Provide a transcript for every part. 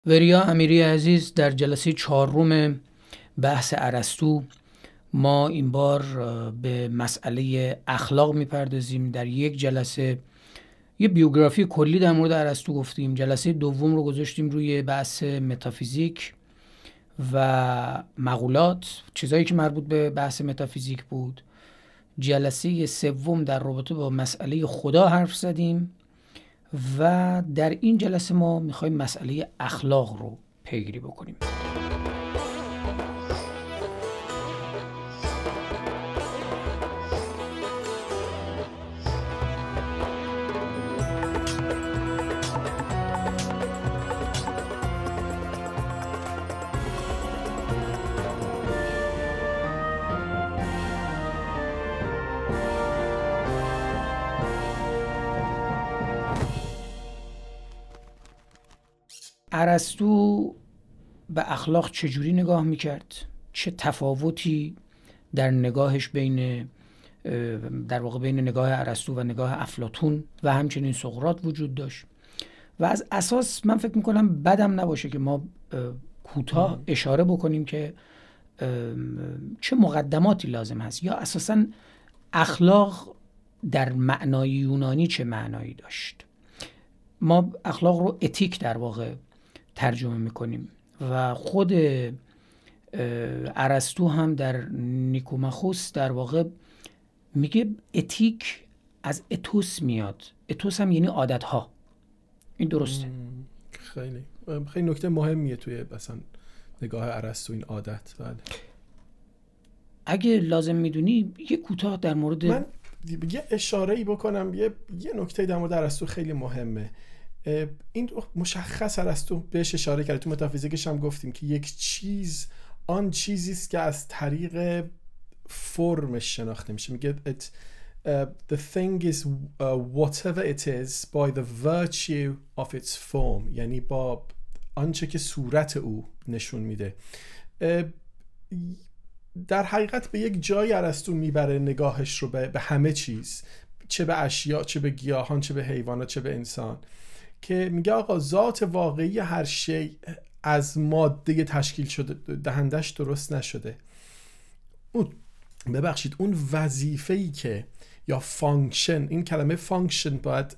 وریا امیری عزیز، در جلسه 4 بحث ارسطو ما این بار به مسئله اخلاق میپردازیم. در یک جلسه یه بیوگرافی کلی در مورد ارسطو گفتیم. جلسه دوم رو گذاشتیم روی بحث متافیزیک و مقولات، چیزایی که مربوط به بحث متافیزیک بود. جلسه سوم در رابطه با مسئله خدا حرف زدیم و در این جلسه ما میخوایم مسئله اخلاق رو پیگیری بکنیم. ارسطو به اخلاق چجوری نگاه میکرد؟ چه تفاوتی در نگاهش بین نگاه ارسطو و نگاه افلاطون و همچنین سقراط وجود داشت؟ و از اساس من فکر میکنم بدم نباشه که ما کوتاه اشاره بکنیم که چه مقدماتی لازم هست، یا اساساً اخلاق در معنای یونانی چه معنایی داشت. ما اخلاق رو اتیک در واقع ترجمه میکنیم و خود ارسطو هم در نیکوماخوس در واقع میگه اتیک از اتوس میاد. اتوس هم یعنی عادت ها. این درسته؟ خیلی نکته مهمیه توی مثلا نگاه ارسطو این عادت. بله. اگه لازم میدونی یه کوتاه در مورد من یه اشاره‌ای بکنم. یه نکته در مورد ارسطو خیلی مهمه. این مشخص ارسطو بهش اشاره کرده، تو متافیزیکش هم گفتیم که یک چیز آن چیزی است که از طریق فرمش شناخته میشه. میگه the thing is whatever it is by the virtue of its form، یعنی با آنچه که صورت او نشون میده. در حقیقت به یک جای ارسطو میبره نگاهش رو به همه چیز، چه به اشیاء، چه به گیاهان، چه به حیوانات، چه به انسان، که میگه آقا ذات واقعی هر شی از ماده تشکیل شده دهندش درست نشده. اون وظیفه‌ای که یا فانکشن، این کلمه فانکشن باید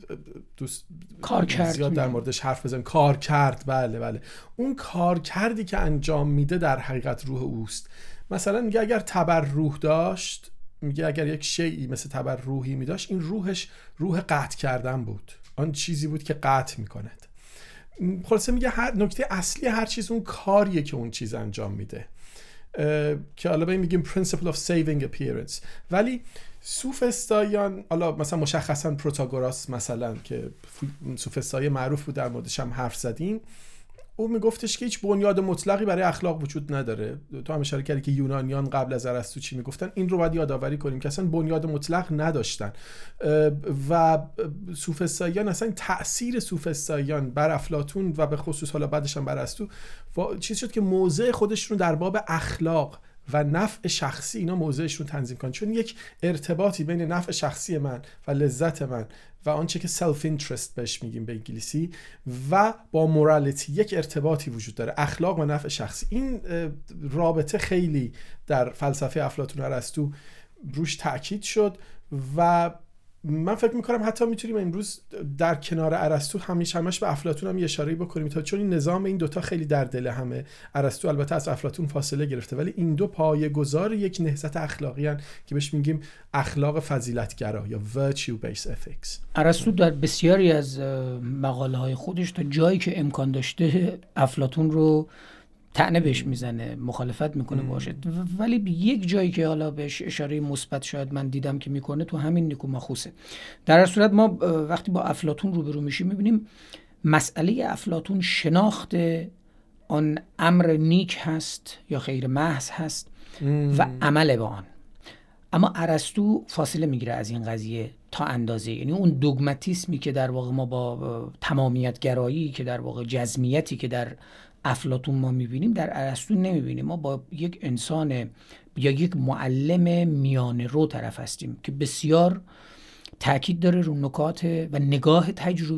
کار کرد، زیاد در موردش حرف بزنیم. کار کرد، بله. اون کار کردی که انجام میده در حقیقت روح اوست. مثلا میگه اگر تبر روح داشت، میگه اگر یک شیئی مثل تبر روحی میداشت، این روحش روح قطع کردن بود، آن چیزی بود که قطع میکند. خلاصه میگه هر نکته اصلی هر چیز اون کاریه که اون چیز انجام میده، که حالا به این میگیم principle of saving appearance. ولی سوفسطاییان، حالا مثلا مشخصا پروتاگوراس مثلا که سوفسطایی معروف بود، در موردش هم حرف زدیم، او میگفتش که هیچ بنیاد مطلقی برای اخلاق وجود نداره. تو هم اشاره کردی که یونانیان قبل از ارسطو چی میگفتن. این رو باید یادآوری کنیم که اصلا بنیاد مطلق نداشتن و سوفسطاییان، اصلا تأثیر سوفسطاییان بر افلاطون و به خصوص حالا بعدش هم بر ارسطو چیز شد که موضع خودشون در باب اخلاق و نفع شخصی اینا موضعشون تنظیم کنن، چون یک ارتباطی بین نفع شخصی من و لذت من و آنچه که سلف اینترست بهش میگیم به انگلیسی و با مورالیتی یک ارتباطی وجود داره، اخلاق و نفع شخصی. این رابطه خیلی در فلسفه افلاطون و ارسطو روش تأکید شد و من فکر میکنم حتی میتونیم امروز در کنار ارسطو همش به افلاطون هم یه اشاره‌ای بکنیم، چون این نظام این دوتا خیلی در دل همه. ارسطو البته از افلاطون فاصله گرفته، ولی این دو پایه‌گذار یک نهضت اخلاقی هستند که بهش میگیم اخلاق فضیلت‌گرا یا virtue based ethics. ارسطو در بسیاری از مقاله‌های خودش تا جایی که امکان داشته افلاطون رو طعنه بهش میزنه، مخالفت میکنه باشه، ولی یک جایی که حالا بهش اشاره مثبت شاید من دیدم که میکنه تو همین نیکوماخوسه. در هر صورت ما وقتی با افلاطون روبرو میشیم میبینیم مسئله افلاطون شناخت آن امر نیک هست یا خیر محض هست و عمل به آن. اما ارسطو فاصله میگیره از این قضیه تا اندازه، یعنی اون دوگماتیسمی که در واقع ما با تمامیت گرایی که در واقع جزمیتی که در افلاطون ما میبینیم در ارسطو نمیبینیم. ما با یک انسان یا یک معلم میانه رو طرف هستیم که بسیار تاکید داره رو نکات و نگاه تجربی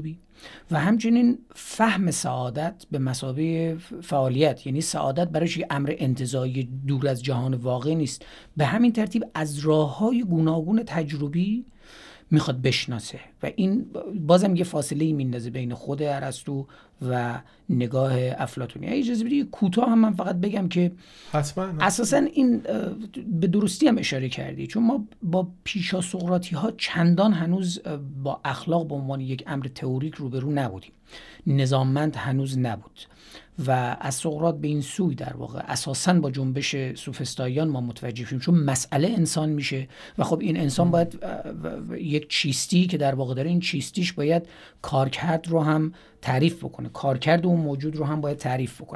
و همچنین فهم سعادت به مثابه فعالیت، یعنی سعادت برایش یک امر انتزاعی دور از جهان واقع نیست، به همین ترتیب از راه‌های گوناگون تجربی میخواد بشناسه و این بازم یه فاصله میندازه بین خود ارسطو و نگاه افلاطونی. اجازه بدید کوتاه هم من فقط بگم که حتما اساسا این به درستی هم اشاره کردی، چون ما با پیشا سقراطی ها چندان هنوز با اخلاق به عنوان یک امر تئوریک روبرو نبودیم، نظاممند هنوز نبود و از سقراط به این سوی در واقع اساساً با جنبش سوفسطائیان ما متوجه شدیم، چون مسئله انسان میشه و خب این انسان باید یک چیستی که در واقع داره، این چیستیش باید کارکرد رو هم تعریف بکنه، کارکرد اون موجود رو هم باید تعریف بکنه.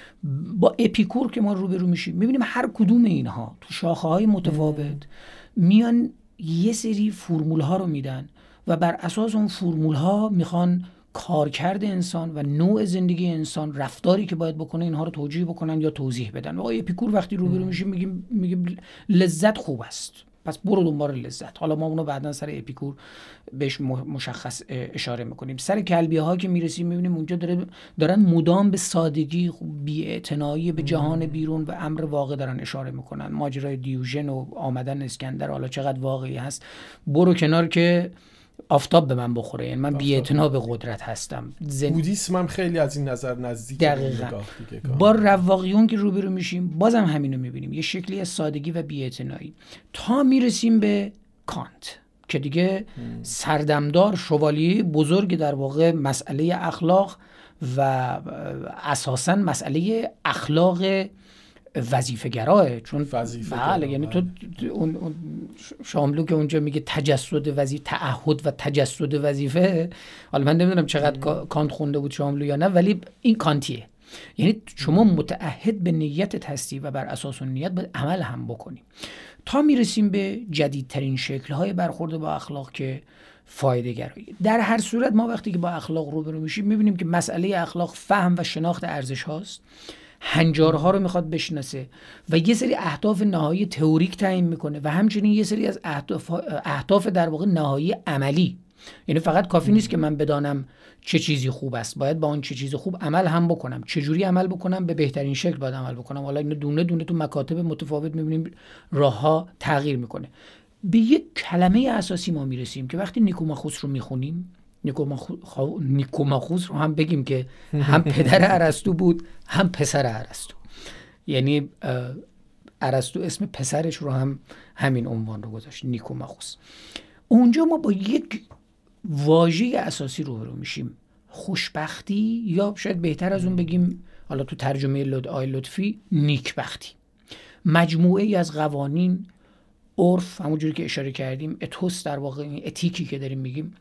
با اپیکور که ما روبرو میشیم میبینیم هر کدوم اینها تو شاخه‌های متفاوت میان یه سری فرمول ها رو میدن و بر اساس اون فرمول ها میخوان کارکرد انسان و نوع زندگی انسان، رفتاری که باید بکنه، اینها رو توجیه بکنن یا توضیح بدن. و اپیکور وقتی روبرو میشیم میگیم لذت خوب است، پس برو دنبال لذت. حالا ما اونو بعداً سر اپیکور بهش مشخص اشاره میکنیم. سر کلبیه ها که میرسیم میبینیم اونجا دارن مدام به سادگی، بی‌اعتنایی به جهان بیرون و امر واقع دارن اشاره میکنن. ماجرای دیوژن و آمدن اسکندر حالا چقدر واقعی هست، برو کنار که آفتاب به من بخوره، یعنی من بی‌اعتنا به قدرت هستم. بودیسم هم خیلی از این نظر نزدیکه. با رواقیون که روبرو میشیم بازم همینو میبینیم، یه شکلی از سادگی و بی‌اعتنایی، تا میرسیم به کانت که دیگه سردمدار شوالیه بزرگ در واقع مسئله اخلاق و اساساً مسئله اخلاق وظیفه گراه. چون بله یعنی تو اون شاملو که اونجا میگه تجسد وظیفه، تعهد و تجسد وظیفه، حالا من نمیدونم چقدر کانت خونده بود شاملو یا نه، ولی این کانتیه. یعنی شما متعهد به نیتت هستی و بر اساس اون نیت باید عمل هم بکنی، تا میرسیم به جدیدترین شکل‌های برخورد با اخلاق که فایده گرایی. در هر صورت ما وقتی که با اخلاق روبرو میشیم میبینیم که مسئله اخلاق فهم و شناخت ارزش هاست، هنجارها رو میخواد بشناسه و یه سری اهداف نهایی تئوریک تعیین میکنه و همچنین یه سری از اهداف در واقع نهایی عملی. یعنی فقط کافی نیست که من بدانم چه چیزی خوب است، باید با اون چه چیزی خوب عمل هم بکنم. چه جوری عمل بکنم؟ به بهترین شکل باید عمل بکنم. حالا اینو دونه دونه تو مکاتب متفاوت میبینیم راهها تغییر میکنه. به یک کلمه اساسی ما میرسیم که وقتی نیکوماخوس رو میخونیم، نیکوماخوس رو هم بگیم که هم پدر ارسطو بود هم پسر ارسطو، یعنی ارسطو اسم پسرش رو هم همین عنوان رو گذاشت، نیکوماخوس. اونجا ما با یک واژه اساسی روبرو میشیم، خوشبختی، یا شاید بهتر از اون بگیم حالا تو ترجمه آقای لطفی نیکبختی. مجموعه ای از قوانین، عرف، همونجوری که اشاره کردیم، اتوس در واقع اتیکی که داریم میگیم،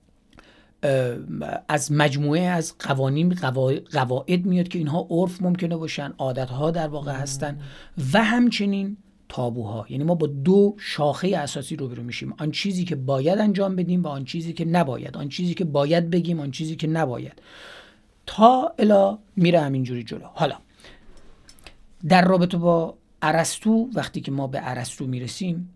از مجموعه از قوانین، قواعد میاد که اینها عرف ممکنه باشن، عادتها در واقع هستن، و همچنین تابوها. یعنی ما با دو شاخه اساسی روبرو میشیم، آن چیزی که باید انجام بدیم و آن چیزی که نباید، آن چیزی که باید بگیم، آن چیزی که نباید، تا الی میره همینجوری جلو. حالا در رابطه با ارسطو، وقتی که ما به ارسطو میرسیم،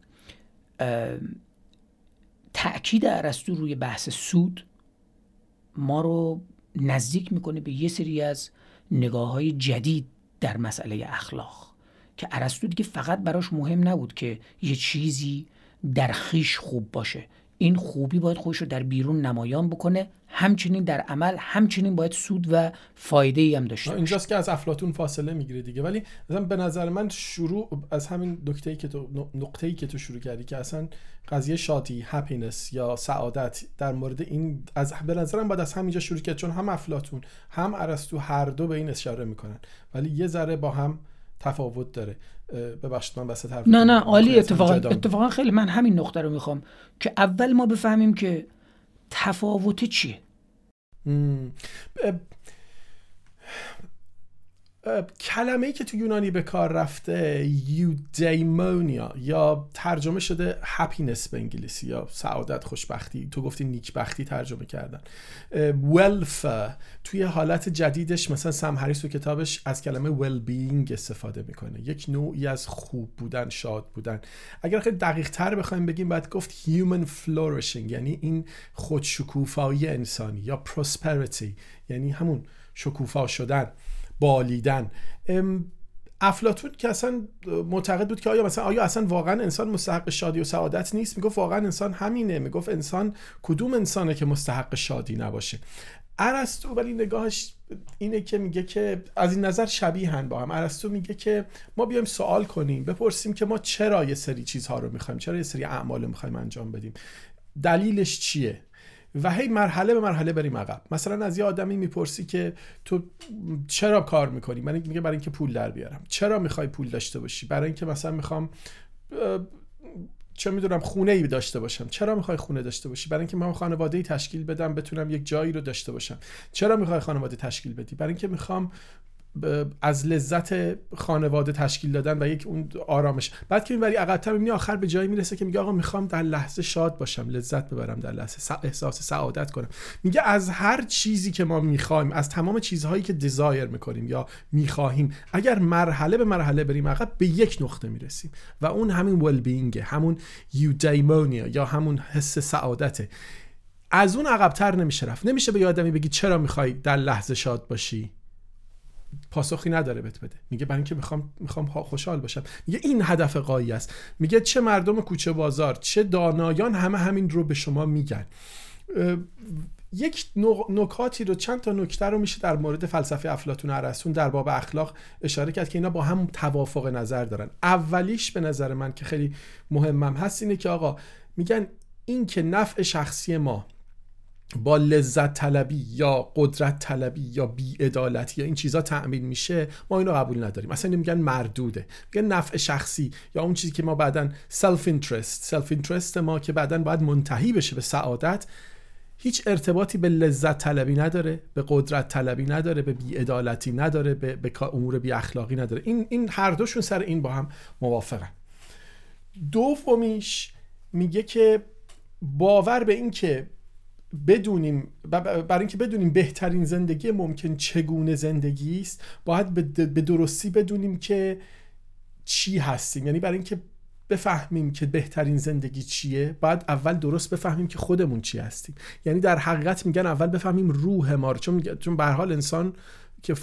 تأکید ارسطو روی بحث سود ما رو نزدیک میکنه به یه سری از نگاه‌های جدید در مسئله اخلاق، که ارسطو دیگه فقط براش مهم نبود که یه چیزی در خویش خوب باشه، این خوبی باید خودش رو در بیرون نمایان بکنه، همچنین در عمل، همچنین باید سود و فایده‌ای هم داشته باشه. اینجاست که از افلاطون فاصله میگیره دیگه. ولی مثلا به نظر من شروع از همین نقطه‌ای که تو شروع کردی که اصلا قضیه شادی، هپینس یا سعادت، در مورد این به نظرم باید از همینجا شروع کرد، چون هم افلاطون هم ارسطو هر دو به این اشاره میکنن، ولی یه ذره با هم تفاوت داره. ببخشید من وسط حرف. نه عالی. اتفاقا خیلی من همین نقطه رو میخوام که اول ما بفهمیم که تفاوت چیه. کلمه‌ای که تو یونانی به کار رفته یودیمونیا یا ترجمه شده هپینس به انگلیسی یا سعادت، خوشبختی، تو گفتی نیکبختی ترجمه کردن. ولفر توی حالت جدیدش مثلا سم هریس تو کتابش از کلمه ویل بینگ استفاده میکنه، یک نوعی از خوب بودن، شاد بودن. اگر خیلی دقیق تر بخوایم بگیم باید گفت human flourishing، یعنی این خودشکوفایی انسانی، یا prosperity یعنی همون شکوفا شدن، بالیدن. افلاطون که اصلا معتقد بود که آیا اصلا واقعا انسان مستحق شادی و سعادت نیست؟ میگفت واقعا انسان همینه. میگفت انسان کدوم انسانه که مستحق شادی نباشه؟ ارسطو ولی نگاهش اینه که میگه که از این نظر شبیهن با هم. ارسطو میگه که ما بیایم سوال کنیم، بپرسیم که ما چرا یه سری چیزها رو میخوایم، چرا یه سری اعمال رو میخوایم انجام بدیم، دلیلش چیه، و هی مرحله به مرحله بریم عقب. مثلا از یه آدمی میپرسی که تو چرا کار میکنی؟ میگه برای اینکه پول در بیارم. چرا میخوای پول داشته باشی؟ برای اینکه مثلا میخوام چه میدونم خونه‌ای داشته باشم. چرا میخوای خونه داشته باشی؟ برای اینکه میخوام خانواده‌ای تشکیل بدم، بتونم یک جایی رو داشته باشم. چرا میخوای خانواده تشکیل بدی؟ برای اینکه میخوام از لذت خانواده تشکیل دادن و یک اون آرامش. بعد که میبری عقب‌تر میبینی آخر به جایی میرسه که میگه آقا میخوام در لحظه شاد باشم، لذت ببرم در لحظه، احساس سعادت کنم. میگه از هر چیزی که ما میخوایم، از تمام چیزهایی که دیزایر میکنیم یا میخواهیم، اگر مرحله به مرحله بریم عقب، به یک نقطه میرسیم و اون همین ویل بینگ، همون یودیمونیا یا همون حس سعادته. از اون عقب‌تر نمیشه رفت. نمیشه به یه آدمی بگی چرا میخوای در لحظه شاد باشی، پاسخی نداره بهت بده. میگه برای اینکه میخوام خوشحال باشم. میگه این هدف غایی است. میگه چه مردم کوچه بازار چه دانایان همه همین رو به شما میگن. یک نکاتی رو، چند تا نکته رو میشه در مورد فلسفه افلاطون و ارسطو در باب اخلاق اشاره کرد که اینا با هم توافق نظر دارن. اولیش به نظر من که خیلی مهمم هست اینه که آقا میگن این که نفع شخصی ما با لذت طلبی یا قدرت طلبی یا بی‌عدالتی یا این چیزا تأمین میشه، ما اینو قبول نداریم. اصلا اینو میگن مردوده. میگن نفع شخصی یا اون چیزی که ما بعدن سلف اینترست ما که بعدن باید منتهی بشه به سعادت، هیچ ارتباطی به لذت طلبی نداره، به قدرت طلبی نداره، به بی‌عدالتی نداره، به امور بی اخلاقی نداره. این هر دوشون سر این با هم موافقن. دومیش میگه که باور به این که بدونیم، برای اینکه بدونیم بهترین زندگی ممکن چگونه زندگی است، باید به درستی بدونیم که چی هستیم. یعنی برای اینکه بفهمیم که بهترین زندگی چیه، باید اول درست بفهمیم که خودمون چی هستیم. یعنی در حقیقت میگن اول بفهمیم روح ما رو، چون به هر حال انسان که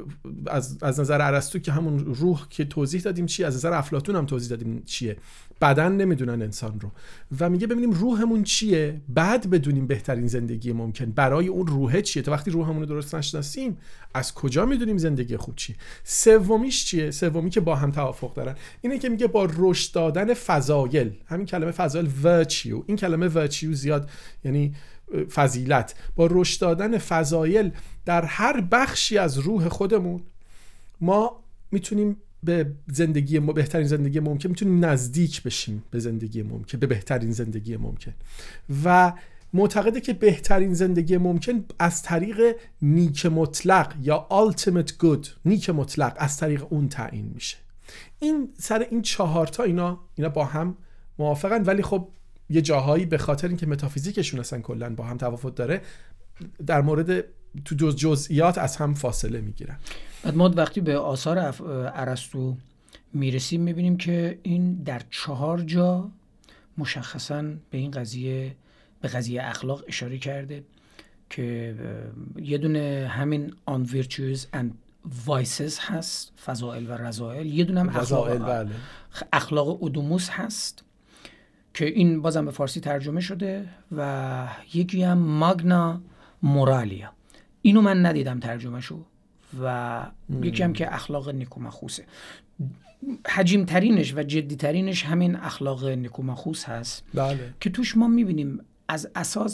از نظر ارسطو که همون روح که توضیح دادیم چیه، از نظر افلاطون هم توضیح دادیم چیه، بدن نمیدونن انسان رو، و میگه ببینیم روحمون چیه، بعد بدونیم بهترین زندگی ممکن برای اون روحه چیه. تا وقتی روحمون رو درست نشناسیم از کجا میدونیم زندگی خوب چیه؟ سومیش چیه؟ سومی که با هم توافق دارن اینه که میگه با رشد دادن فضایل، همین کلمه فضایل virtue، این کلمه virtue زیاد یعنی فضیلت، با رشد دادن فضایل در هر بخشی از روح خودمون ما میتونیم به زندگی بهترین زندگی ممکن، میتونیم نزدیک بشیم به زندگی ممکن، به بهترین زندگی ممکن. و معتقده که بهترین زندگی ممکن از طریق نیک مطلق یا ultimate good، نیک مطلق، از طریق اون تعیین میشه. این سر این 4 تا اینا با هم موافقن، ولی خب یه جاهایی به خاطر اینکه متافیزیکشون اصلا کلا با هم تفاوت داره، در مورد تو جزئیات از هم فاصله میگیرن. بعد ما وقتی به آثار ارسطو میرسیم میبینیم که این در 4 جا مشخصاً به این قضیه اخلاق اشاره کرده که یه دونه همین on virtues and vices هست، فضائل و رذائل، یه دونه هم اخلاق اودوموس هست که این بازم به فارسی ترجمه شده، و یکی هم ماگنا مورالیا، اینو من ندیدم ترجمه شو، و یکی هم که اخلاق نیکوماخوسه. حجیم ترینش و جدی ترینش همین اخلاق نیکوماخوس هست. بله. که توش ما میبینیم از اساس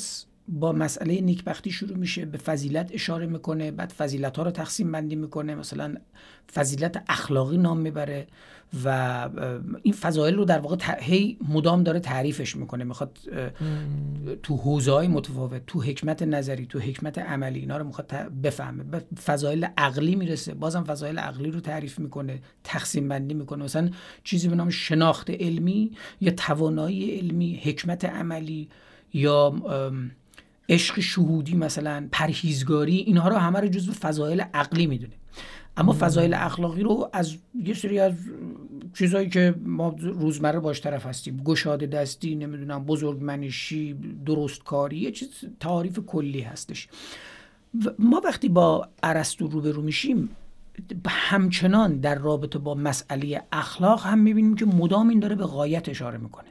با مسئله نیکبختی شروع میشه، به فضیلت اشاره میکنه، بعد فضیلت ها رو تقسیم بندی میکنه، مثلا فضیلت اخلاقی نام میبره و این فضایل رو در واقع هی مدام داره تعریفش میکنه، میخواد تو حوزه‌های متفاوت، تو حکمت نظری، تو حکمت عملی، اینا رو میخواد بفهمه. فضایل عقلی میرسه، بازم فضایل عقلی رو تعریف میکنه، تقسیم بندی میکنه، مثلا چیزی به نام شناخت علمی یا توانایی علمی، حکمت عملی یا عشق شهودی، مثلا پرهیزگاری، اینها رو همه رو جزو فضایل عقلی میدونه. اما فضایل اخلاقی رو از یه سری از چیزایی که ما روزمره باش طرف هستیم، گشاده دستی، نمیدونم بزرگمنشی، درستکاری، یه چیز تعریف کلی هستش. ما وقتی با ارسطو روبرو میشیم، همچنان در رابطه با مسئله اخلاق هم میبینیم که مدام این داره به غایت اشاره میکنه.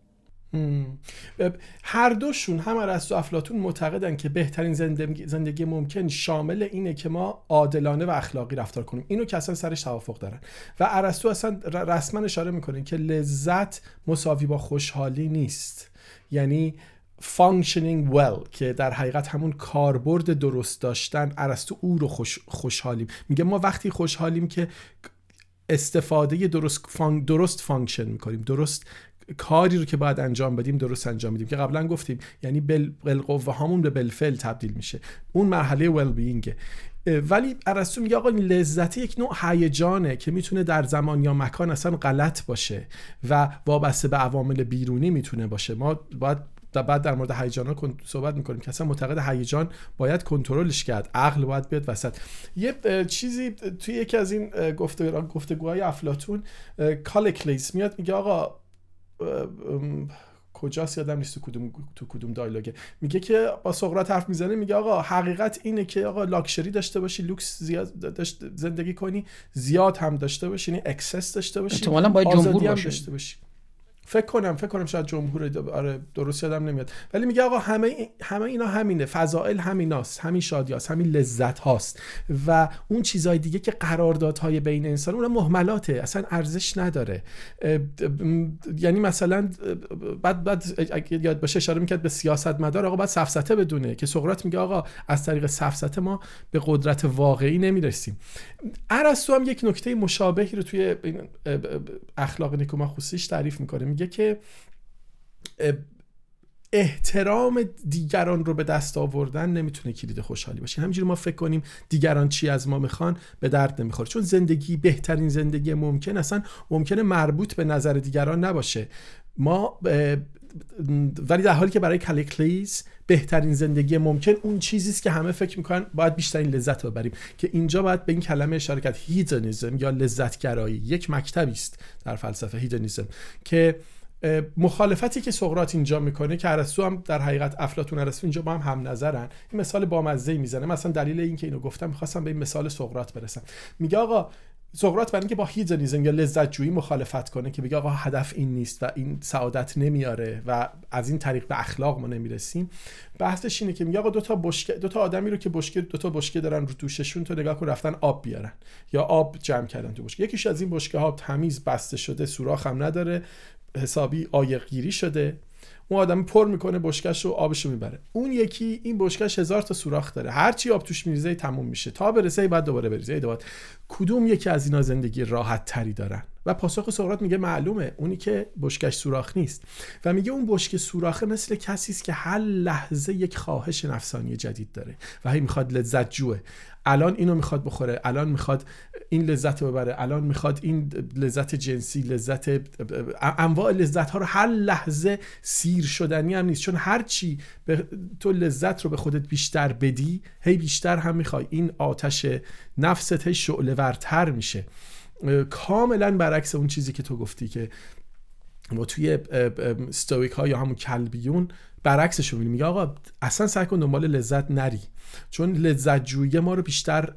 هر دوشون، هم ارسطو و افلاطون، معتقدن که بهترین زندگی ممکن شامل اینه که ما عادلانه و اخلاقی رفتار کنیم. اینو که اصلا سرش توافق دارن و ارسطو اصلا رسما اشاره میکنه که لذت مساوی با خوشحالی نیست. یعنی functioning well که در حقیقت همون کاربرد درست داشتن، ارسطو او رو خوشحالیم میگه. ما وقتی خوشحالیم که استفاده درست فانکشن میکنیم، درست کاری رو که باید انجام بدیم درست انجام میدیم، که قبلا گفتیم یعنی بالقوه هامون به بالفعل تبدیل میشه. اون مرحله ویل بینگه. ولی ارسطو میگه آقا لذت یک نوع هیجانه که میتونه در زمان یا مکان اصلا غلط باشه و وابسته به عوامل بیرونی میتونه باشه. ما باید بعد در مورد هیجانا صحبت میکنیم که اصلا معتقد هیجان باید کنترلش کرد، عقل باید بیاد وسط. یه چیزی توی یکی از این گفتگوهای افلاطون، کالکلیس میاد میگه آقا کجاست یادم نیست تو کدوم دایلوگه، میگه که با سقراط حرف میزنه، میگه آقا حقیقت اینه که آقا لاکچری داشته باشی، لوکس زیاد زندگی کنی، زیاد هم داشته باشی، یعنی اکسس داشته باشی، احتمالاً باید جمهور باشه. داشته باشی. فکر کنم شاید جمهور، آره درست یادم نمیاد، ولی میگه آقا همه اینا همینه، فضائل همیناست، همین شادیاست، همین لذت هاست و اون چیزای دیگه که قراردادهای بین انسان اون مهملاته، اصلا ارزش نداره. یعنی مثلا بعد یاد باشه اشاره میکرد به سیاستمدار، آقا باید سفسطه بدونه که سقراط میگه آقا از طریق سفسطه ما به قدرت واقعی نمیرسیم. ارسطو هم یک نکته مشابهی رو توی اخلاق نیکوماخوسیش تعریف میکنه، میگه که احترام دیگران رو به دست آوردن نمیتونه کلید خوشحالی باشه. همینجوری ما فکر کنیم دیگران چی از ما میخوان به درد نمیخوره، چون زندگی، بهترین زندگی ممکن اصلا ممکنه مربوط به نظر دیگران نباشه. ما ولی در حالی که برای کالکلیس بهترین زندگی ممکن اون چیزیست که همه فکر میکنن باید بیشترین لذت رو ببریم، که اینجا باید به این کلمه اشاره کرد، هیدنیسم یا لذتگرایی. یک مکتبی است در فلسفه هیدنیسم که مخالفتی که سقراط اینجا میکنه، که ارسطو هم در حقیقت افلاطون ارسطو اینجا با هم نظرن. این مثال بامزه‌ای میزنه، مثلا دلیل این که اینو گفتم میخواستم به این مثال سقراط برسم. میگه آقا سقراط برای اینکه با هیدنیسم یا لذت جویی مخالفت کنه، که بگه آقا هدف این نیست و این سعادت نمیاره و از این طریق به اخلاق ما نمیرسیم، بحثش اینه که میگه آقا دو تا آدمی رو که دو تا بشکه دارن رو دوششون، تو نگاه کن رفتن آب بیارن یا آب جمع کردن تو بشکه. یکیش از این بشکه ها تمیز بسته شده، سوراخ هم نداره، حسابی عایق گیری شده، اون آدم پر میکنه بشکه‌شو، آبشو میبره. اون یکی این بشکه‌ش 1000 تا سوراخ داره، هر چی آب توش میریزه تموم میشه، تا برسه بعد دوباره بریزه. کدوم یکی از اینا زندگی راحت تری دارن؟ و پاسخ سقراط میگه معلومه، اونی که بشکه‌ش سوراخ نیست. و میگه اون بشکه سوراخه مثل کسی است که هر لحظه یک خواهش نفسانی جدید داره و هی میخواد لذت جوه. الان اینو میخواد بخوره، الان میخواد این لذت رو ببره، الان میخواد این لذت جنسی، لذت انواع لذت ها رو هر لحظه سیر شدنی هم نیست، چون هر چی تو لذت رو به خودت بیشتر بدی، هی بیشتر هم میخوای، این آتش نفست هی شعله ورتر میشه. کاملا برعکس اون چیزی که تو گفتی که ما توی استویک ها یا همون کلبیون برعکسش رو می‌بینیم. میگه آقا اصلا سعی کن دنبال لذت نری، چون لذت جویی ما رو بیشتر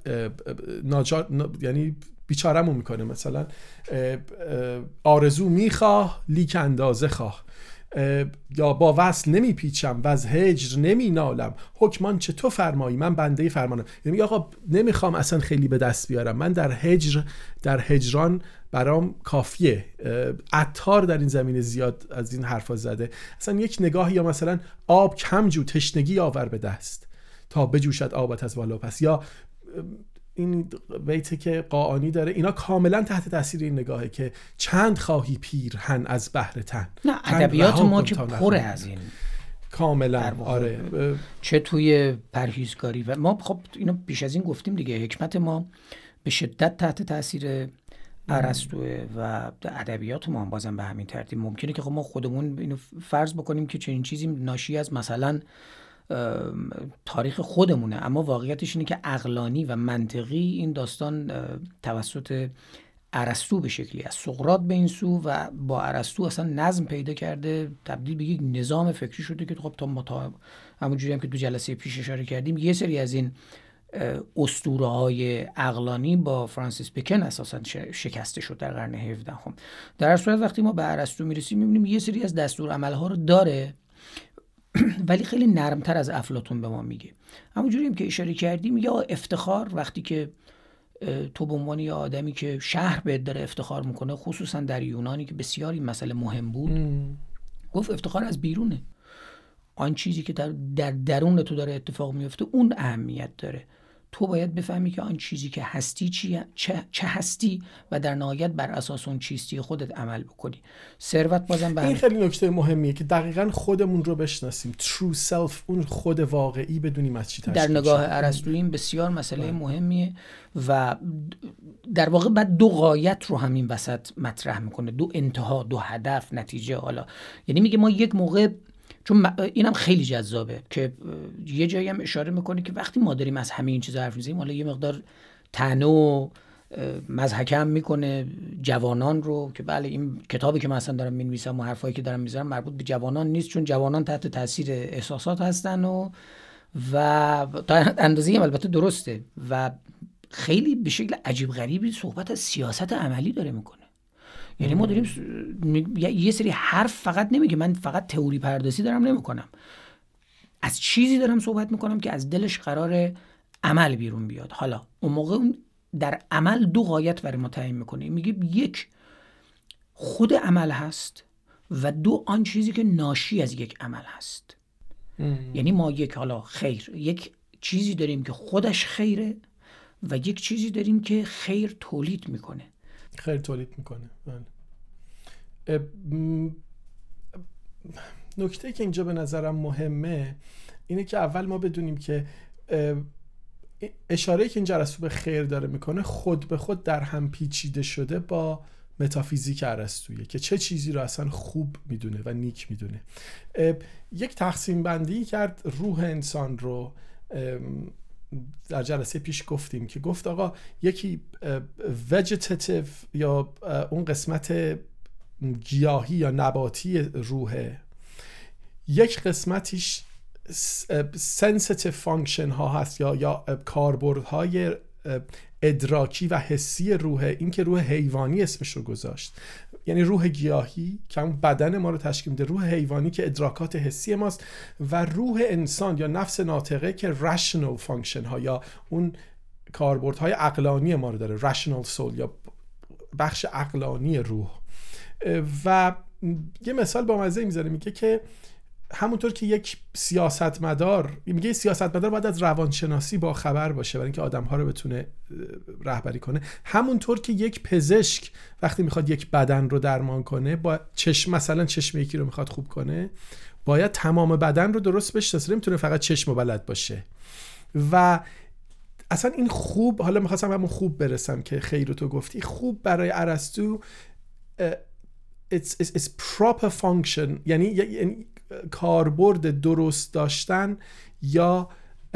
یعنی بیچاره‌مون میکنه. مثلا آرزو میخواه لیک اندازه خواه. یا با وصل نمی پیچم و از هجر نمی نالم، حکمان چه تو فرمایی من بنده فرمانم. یعنی آقا نمیخوام اصلا خیلی به دست بیارم، من در هجران برام کافیه. عطار در این زمینه زیاد از این حرفا زده. اصلا یک نگاه، یا مثلا آب کم جو تشنگی آور به دست تا بجوشد آبت از بالا پس، یا این بیتی که قاآنی داره، اینا کاملا تحت تاثیر این نگاهه که چند خواهی پیرهن از بحر تن. نه ادبیات ما که پره از این کاملا. آره چه توی پرهیزکاری و ما خب اینو بیش از این گفتیم دیگه، حکمت ما به شدت تحت تاثیر ارسطوئه و ادبیات ما هم بازم به همین ترتیب. ممکنه که خب ما خودمون اینو فرض بکنیم که چنین چیزی ناشی از مثلا تاریخ خودمونه، اما واقعیتش اینه که عقلانی و منطقی این داستان توسط ارسطو به شکلی از سقراط به این سو و با ارسطو اصلا نظم پیدا کرده، تبدیل به یک نظام فکری شده که خب تا همونجوری هم که تو جلسه پیش اشاره کردیم یه سری از این اسطوره های عقلانی با فرانسیس بیکن اساسا شکسته شد در قرن 17. خب در صورت وقتی ما به ارسطو میرسیم میبینیم یه سری از دستور عملها رو داره ولی خیلی نرمتر از افلاطون به ما میگه. همونجوری هم که اشاره کردیم یا افتخار، وقتی که تو به عنوان یه آدمی که شهر بهت داره افتخار میکنه، خصوصا در یونانی که بسیار این مسئله مهم بود، گفت افتخار از بیرونه، آن چیزی که در درون تو داره اتفاق میفته اون اهمیت داره. تو باید بفهمی که آن چیزی که هستی چه هستی و در نهایت بر اساس اون چیستی خودت عمل بکنی. ثروت بازم به این خیلی نکته مهمیه که دقیقاً خودمون رو بشناسیم، true self، اون خود واقعی بدونیم از چی تشکیل در نگاه ارسطویی بسیار مسئله مهمیه و در واقع بعد دو غایت رو همین وسط مطرح میکنه، دو انتها، دو هدف، نتیجه. حالا یعنی میگه ما یک موقع، چون اینم خیلی جذابه که یه جایی هم اشاره میکنه که وقتی ما داریم از همه این چیزا حرف میزنیم، حالا یه مقدار طعنه و مضحکم میکنه جوانان رو که بله این کتابی که من اصلا دارم می‌نویسم و حرفایی که دارم میزنم مربوط به جوانان نیست، چون جوانان تحت تاثیر احساسات هستن و تا اندازه‌ای هم البته درسته و خیلی به شکل عجیب غریبی صحبت از سیاست عملی داره میکنه. یعنی ما داریم یه سری حرف فقط نمیگه، من فقط تئوری پردازی دارم نمیکنم، از چیزی دارم صحبت میکنم که از دلش قرار عمل بیرون بیاد. حالا اون موقع در عمل دو غایت برای ما تعیین میکنه، میگه یک خود عمل هست و دو آن چیزی که ناشی از یک عمل هست. یعنی ما یک حالا خیر، یک چیزی داریم که خودش خیره و یک چیزی داریم که خیر تولید میکنه. نکته که اینجا به نظرم مهمه اینه که اول ما بدونیم که اشاره‌ای که اینجا ارسطو به خیر داره میکنه خود به خود در هم پیچیده شده با متافیزیک ارسطویی که چه چیزی رو اصلا خوب میدونه و نیک میدونه. یک تقسیم بندی کرد روح انسان رو، در جلسه پیش گفتیم که گفت آقا یکی ویژیتیتیو یا اون قسمت گیاهی یا نباتی روحه، یک قسمتیش سنسیتیو فانکشن ها هست یا کاربردهای ادراکی و حسی روحه. این که روح حیوانی اسمش رو گذاشت، یعنی روح گیاهی که اون بدن ما رو تشکیل میده، روح حیوانی که ادراکات حسی ماست و روح انسان یا نفس ناطقه که رشنال فانکشن ها یا اون کاربردهای عقلانی ما رو داره، رشنال سول یا بخش عقلانی روح. و یه مثال با مزه میذاره، میگه که همونطور که یک سیاستمدار، میگه سیاستمدار باید از روانشناسی با خبر باشه برای اینکه آدم‌ها رو بتونه رهبری کنه، همونطور که یک پزشک وقتی میخواد یک بدن رو درمان کنه، با مثلا چشم یکی رو میخواد خوب کنه، باید تمام بدن رو درست بشناسه، نمیتونه فقط چشم بلد باشه. و اصلا این خوب، حالا میخواستم همون خوب برسم که خیر تو گفتی، خوب برای ارسطو it's proper function، یعنی کاربرد درست داشتن یا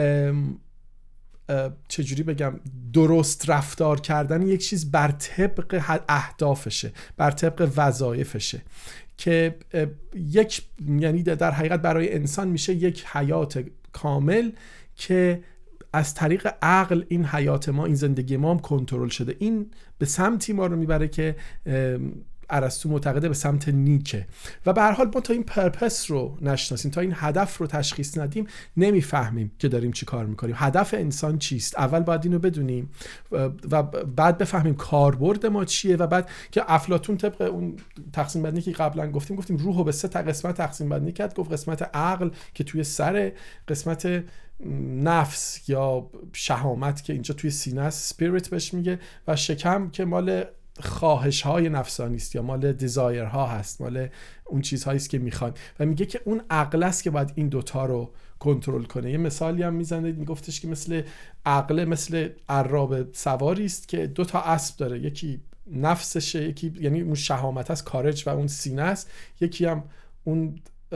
چجوری بگم، درست رفتار کردن یک چیز بر طبق اهدافشه، بر طبق وظایفشه، که یک یعنی در حقیقت برای انسان میشه یک حیات کامل که از طریق عقل این حیات ما، این زندگی ما هم کنترل شده. این به سمتی ما رو میبره که ارسطو معتقده به سمت نیکه و به هر حال ما تا این پرپس رو نشناسیم، تا این هدف رو تشخیص ندیم، نمیفهمیم که داریم چی کار میکنیم. هدف انسان چیست؟ اول باید اینو بدونیم و بعد بفهمیم کاربرد ما چیه و بعد که افلاطون طبق اون تقسیم بندی که قبلا گفتیم روح رو به 3 قسمت تقسیم بندی کرد. گفت قسمت عقل که توی سر، قسمت نفس یا شهامت که اینجا توی سینه است، سپیریت بهش میگه، و شکم که مال خواهش های نفسانی است یا مال دیزایر ها هست، مال اون چیزهایی است که میخوان، و میگه که اون عقل است که باید این دوتا رو کنترل کنه. یه مثالی هم میزنه، میگفتش که مثل عقل مثل عراب سواری است که 2 اسب داره، یکی نفسشه، یکی یعنی اون شهامت است، کارج و اون سینه است، یکی هم اون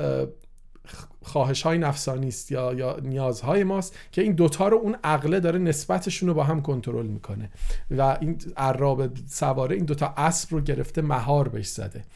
خواهش های نفسانی است یا نیازهای ماست که این دوتا رو اون عقله داره نسبتشون رو با هم کنترل میکنه و این عراب سواره این 2 اسب رو گرفته مهار بهش زده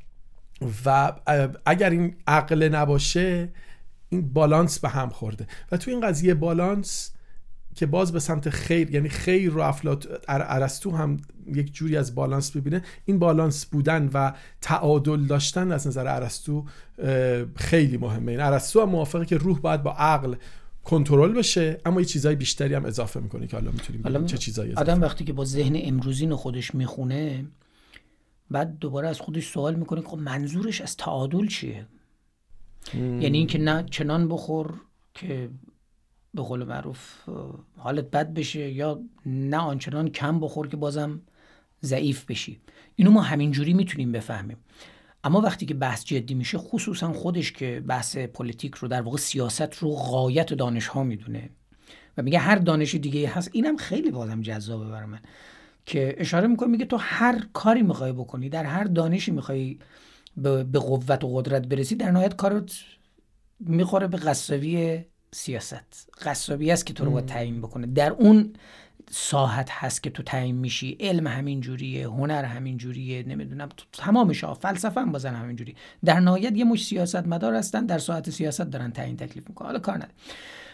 و اگر این عقل نباشه این بالانس به هم خورده. و تو این قضیه بالانس که باز به سمت خیر، یعنی خیر رو ارسطو هم یک جوری از بالانس ببینه، این بالانس بودن و تعادل داشتن از نظر ارسطو خیلی مهمه. این ارسطو هم موافقه که روح باید با عقل کنترل بشه، اما یه چیزای بیشتری هم اضافه میکنه که حالا میتونیم ببینیم چه چیزایی اضافه. آدم وقتی که با ذهن امروزین خودش میخونه، بعد دوباره از خودش سوال میکنه خب منظورش از تعادل چیه؟ یعنی اینکه نه چنان بخور که به قول معروف حالت بد بشه، یا نه آنچنان کم بخور که بازم ضعیف بشی. اینو ما همینجوری میتونیم بفهمیم. اما وقتی که بحث جدی میشه، خصوصا خودش که بحث پلیتیک رو، در واقع سیاست رو غایت دانش ها میدونه و میگه هر دانش دیگه هست، اینم خیلی بازم جذابه برای من که اشاره میکنه، میگه تو هر کاری میخوای بکنی، در هر دانشی میخوای به قوت و قدرت برسی، در نهایت کارت میخوره به قصابی سیاست. قصابی است که تو رو باید تعیین بکنه، در اون ساحت هست که تو تعیین میشی. علم همین جوریه، هنر همین جوریه، نمیدونم تمامش ها، فلسفه هم بازن همین جوری. در نهایت یه مش سیاست مدار هستن، در ساحت سیاست دارن تعیین تکلیف میکنن. حالا کار نداره.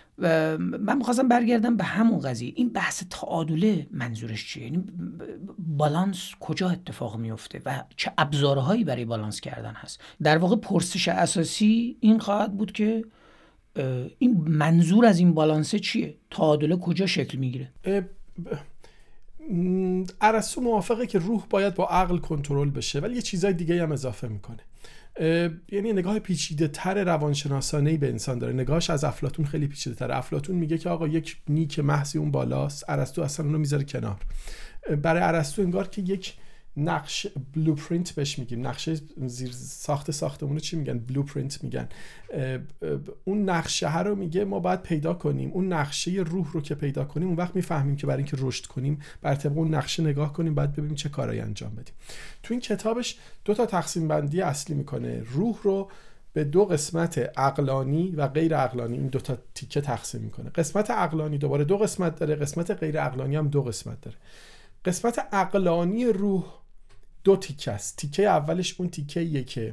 من میخواستم برگردم به همون قضیه، این بحث تعادله منظورش چیه؟ یعنی بالانس کجا اتفاق میفته و چه ابزارهایی برای بالانس کردن هست؟ در واقع پرسش اساسی این خواهد بود که این منظور از این بالانسه چیه؟ تعادله کجا شکل میگیره؟ ارسطو موافقه که روح باید با عقل کنترل بشه، ولی یه چیزای دیگه هم اضافه میکنه. یعنی نگاه پیچیده تر روانشناسانه‌ای به انسان داره. نگاهش از افلاطون خیلی پیچیده تر. افلاطون میگه که آقا یک نیک محضی اون بالاست، ارسطو اصلا اونو میذاره کنار. برای ارسطو انگار که یک نقش بلوپرینت بهش میگیم، نقشه زیر ساختمون چی میگن؟ بلوپرینت میگن. اون نقشه رو میگه ما باید پیدا کنیم. اون نقشه روح رو که پیدا کنیم، اون وقت میفهمیم که برای اینکه رشد کنیم بر طبق اون نقشه نگاه کنیم، بعد ببینیم چه کارایی انجام بدیم. تو این کتابش 2 تقسیم بندی اصلی میکنه. روح رو به 2 قسمت عقلانی و غیر عقلانی، این 2 تیکه تقسیم میکنه. قسمت عقلانی دوباره 2 قسمت داره، قسمت غیر عقلانی هم 2 قسمت داره. قسمت عقلانی روح 2 تیکه است. تیکه اولش اون تیکه‌ایه که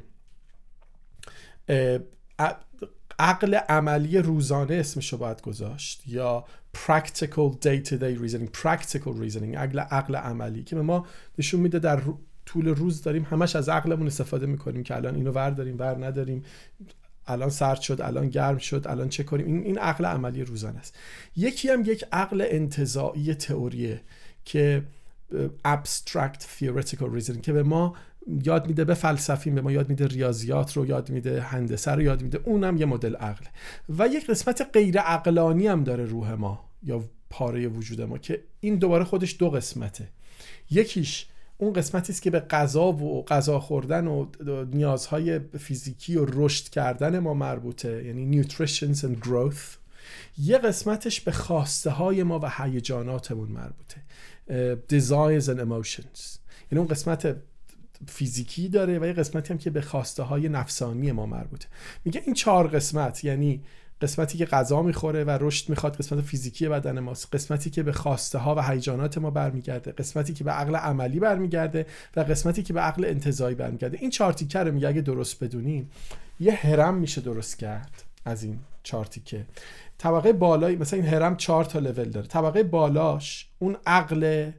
عقل عملی روزانه اسمشو باید گذاشت، یا practical day-to-day reasoning، practical reasoning، عقل عملی که ما نشون میده در طول روز داریم همش از عقلمون استفاده میکنیم که الان اینو ور داریم، ور نداریم، الان سرد شد، الان گرم شد، الان چه کنیم. این عقل عملی روزانه است. یکی هم یک عقل انتزاعی تئوریه که abstract theoretical reasoning که به ما یاد میده به فلسفیم، به ما یاد میده ریاضیات رو یاد میده، هندسه رو یاد میده. اونم یه مدل عقل. و یک قسمت غیر عقلانی هم داره روح ما یا پاره وجود ما که این دوباره خودش 2 قسمته. یکیش اون قسمتی است که به غذا خوردن و نیازهای فیزیکی و رشد کردن ما مربوطه، یعنی nutrition and growth. یه قسمتش به خواسته های ما و هیجاناتمون مربوطه، desires and emotions. یعنی اون قسمت فیزیکی داره و یه قسمتی هم که به خواسته های نفسانی ما مربوطه. میگه این 4 قسمت، یعنی قسمتی که غذا میخوره و رشد میخواد، قسمت فیزیکی بدن ماست، قسمتی که به خواسته ها و هیجانات ما برمیگرده، قسمتی که به عقل عملی برمیگرده و قسمتی که به عقل انتزاعی برمیگرده. این 4 تیکه رو میگه اگه درست بدونیم یه هرم میشه درست کرد از این 4 تیکه. طبقه بالایی مثلا این هرم 4 تا لول داره. طبقه بالاش اون عقل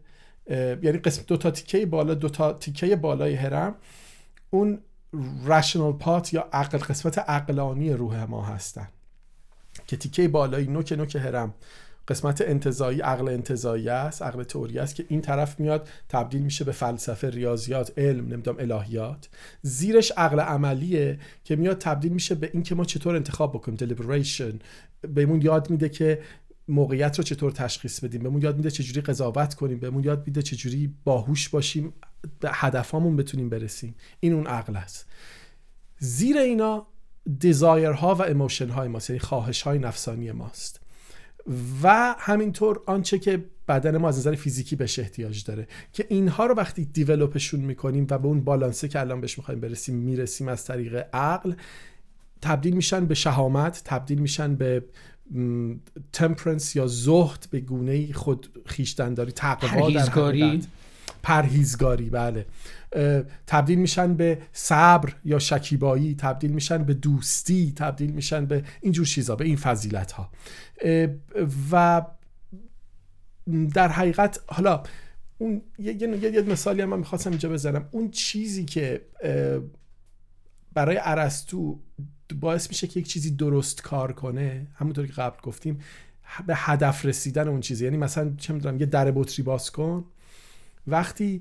یعنی قسم دو تا تیکه بالای هرم اون rational part یا قسمت عقلانی روح ما هستن که تیکه بالایی نوک هرم قسمت انتزاعی، عقل انتزاعی است، عقل تئوری است که این طرف میاد تبدیل میشه به فلسفه، ریاضیات، علم، نمیدونم الهیات. زیرش عقل عملیه که میاد تبدیل میشه به این که ما چطور انتخاب بکنیم، deliberation. بهمون یاد میده که موقعیت رو چطور تشخیص بدیم، بهمون یاد میده چجوری قضاوت کنیم، بهمون یاد میده چجوری باهوش باشیم، به هدفامون بتونیم برسیم. این اون عقل است. زیر اینا دیزایر ها و ایموشن های ماست، یعنی خواهش های نفسانی ماست و همینطور آنچه که بدن ما از نظر فیزیکی بهش احتیاج داره، که اینها رو وقتی دیولوپشون میکنیم و به اون بالانسه که الان بهش میخوایم میرسیم از طریق عقل، تبدیل میشن به شهامت، تبدیل میشن به تمپرنس یا زهد، به گونه‌ای خود خویشتن‌داری، تقوا، پرهیزگاری، بله، تبدیل میشن به صبر یا شکیبایی، تبدیل میشن به دوستی، تبدیل میشن به اینجور چیزا، به این فضیلت ها. و در حقیقت حالا اون یه مثالی هم من میخواستم اینجا بزنم. اون چیزی که برای ارسطو باعث میشه که یک چیزی درست کار کنه، همونطور که قبل گفتیم، به هدف رسیدن اون چیزی. یعنی مثلا چه میدونم یه در بطری باز کن، وقتی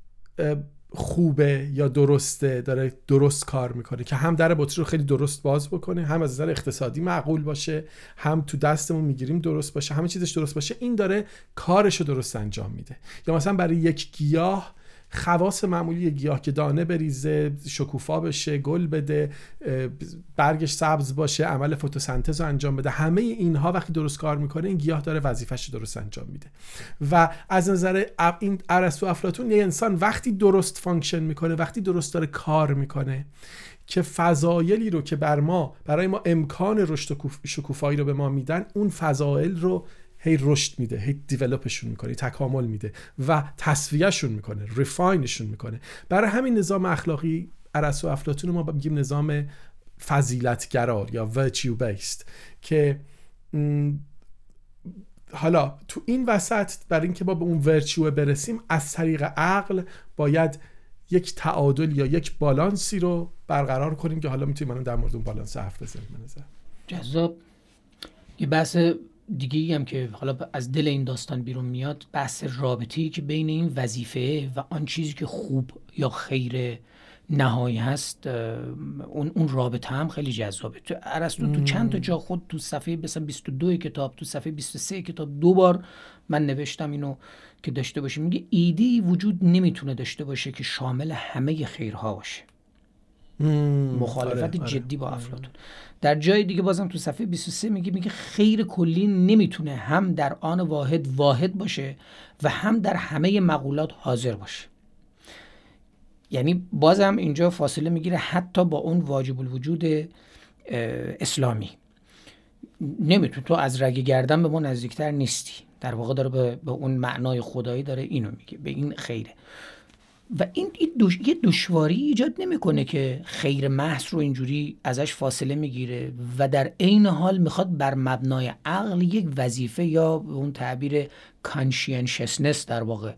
خوبه یا درسته، داره درست کار میکنه که هم در بطری رو خیلی درست باز بکنه، هم از نظر اقتصادی معقول باشه، هم تو دستمون میگیریم درست باشه، همه چیزش درست باشه، این داره کارشو درست انجام میده. یا مثلا برای یک گیاه، خواص معمولی گیاه که دانه بریزه، شکوفا بشه، گل بده، برگش سبز باشه، عمل فتوسنتز رو انجام بده، همه اینها وقتی درست کار میکنه، این گیاه داره وظیفه‌اش رو درست انجام میده. و از نظر این ارسطو افلاطون، یه انسان وقتی درست فانکشن میکنه، وقتی درست داره کار میکنه، که فضایلی رو که برای ما امکان رشد و شکوفایی رو به ما میدن، اون فضایل رو هی رشد میده، هی دیولپشون میکنه، تکامل میده و تصفیهشون میکنه، ریفاینشون میکنه. برای همین نظام اخلاقی ارسطو و افلاطون ما میگیم نظام فضیلتگرا یا virtue based، که حالا تو این وسط برای اینکه ما به اون ورچو برسیم، از طریق عقل باید یک تعادل یا یک بالانسی رو برقرار کنیم که حالا میتونیم الان در مورد اون بالانس حرف بزنیم. به نظر جذاب. یه بحث دیگه‌ای هم که حالا از دل این داستان بیرون میاد، بحث رابطه‌ای که بین این وظیفه و آن چیزی که خوب یا خیر نهایی هست، اون رابطه هم خیلی جذابه. تو ارسطو تو چند تا جا خود تو صفحه مثلا 22 کتاب، تو صفحه 23 کتاب 2 بار من نوشتم اینو که داشته باشیم، میگه ایده‌ای وجود نمیتونه داشته باشه که شامل همه خیرها باشه. مخالفت جدی با افلاطون. در جای دیگه بازم تو صفحه 23 میگه خیر کلی نمیتونه هم در آن واحد باشه و هم در همه مقولات حاضر باشه. یعنی بازم اینجا فاصله میگیره حتی با اون واجب الوجود اسلامی. نمیتونه، تو از رگ گردن به ما نزدیکتر نیستی. در واقع داره به اون معنای خدایی داره اینو میگه، به این خیره. و این یه دشواری ایجاد نمیکنه که خیر محض رو اینجوری ازش فاصله میگیره و در عین حال میخواد بر مبنای عقل یک وظیفه یا اون تعبیر کانشینشسنس در واقع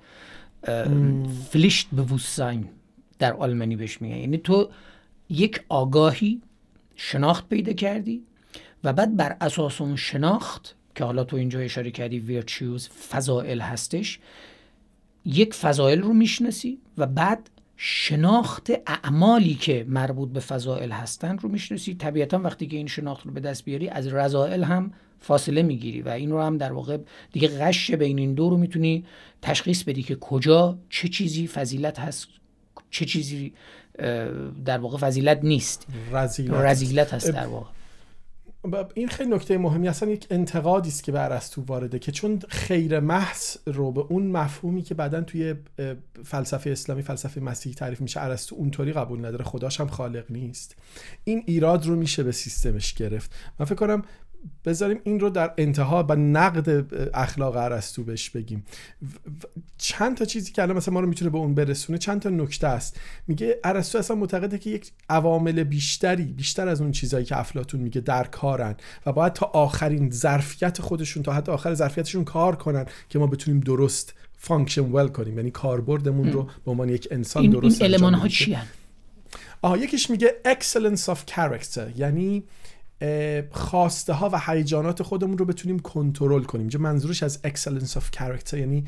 فلیشت بووساین در آلمانی بهش میگن. یعنی تو یک آگاهی، شناخت پیدا کردی و بعد بر اساس اون شناخت که حالا تو اینجا اشاره کردی ویرچوز، فضائل هستش، یک فضائل رو میشناسی و بعد شناخت اعمالی که مربوط به فضائل هستن رو میشناسی. طبیعتا وقتی که این شناخت رو به دست بیاری از رذائل هم فاصله میگیری و این رو هم در واقع دیگه غش بین این دو رو میتونی تشخیص بدی که کجا چه چیزی فضیلت هست، چه چیزی در واقع فضیلت نیست، رذیلت هست در واقع. این خیلی نکته مهمی، اصلا یک انتقادی است که به ارسطو وارده، که چون خیر محض رو به اون مفهومی که بعدن توی فلسفه اسلامی، فلسفه مسیحی تعریف میشه، ارسطو اونطوری قبول نداره، خداش هم خالق نیست. این ایراد رو میشه به سیستمش گرفت. من فکر کنم بذاریم این رو در انتها با نقد اخلاق ارسطو بهش بگیم. چند تا چیزی که الان مثلا ما رو میتونه به اون برسونه، چند تا نکته است. میگه ارسطو اصلا معتقده که یک عوامل بیشتر از اون چیزایی که افلاطون میگه در کارن و باید تا آخرین ظرفیت خودشون، تا حتی آخر ظرفیتشون کار کنن که ما بتونیم درست فانکشن ول کنیم، یعنی کاربردمون رو به عنوان یک انسان درست این المان ها چی هستن؟ یکیش میگه excellence of character، یعنی خواسته ها و هیجانات خودمون رو بتونیم کنترل کنیم. اینجا منظورش از excellence of character یعنی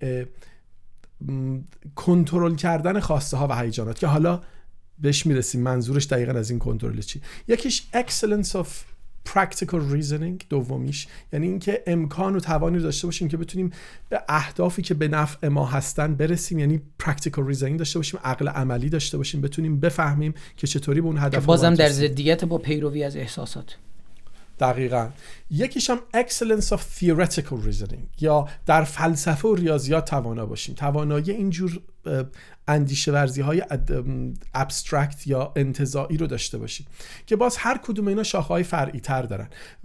کنترل کردن خواسته ها و هیجانات، که حالا بهش میرسیم منظورش دقیقاً از این کنترل چی. یکیش excellence of practical reasoning، دومیش یعنی اینکه امکان و توانی رو داشته باشیم که بتونیم به اهدافی که به نفع ما هستن برسیم، یعنی practical reasoning داشته باشیم، عقل عملی داشته باشیم، بتونیم بفهمیم که چطوری به اون هدف بازم در ضدیت با پیروی از احساسات. دقیقاً. یکیش هم excellence of theoretical reasoning، یا در فلسفه و ریاضیات توانا باشیم، توانایی اینجور اندیشه ورزی های ابسترکت یا انتزاعی رو داشته باشیم که باز هر کدوم اینا شاخه های فرعی تر دارن.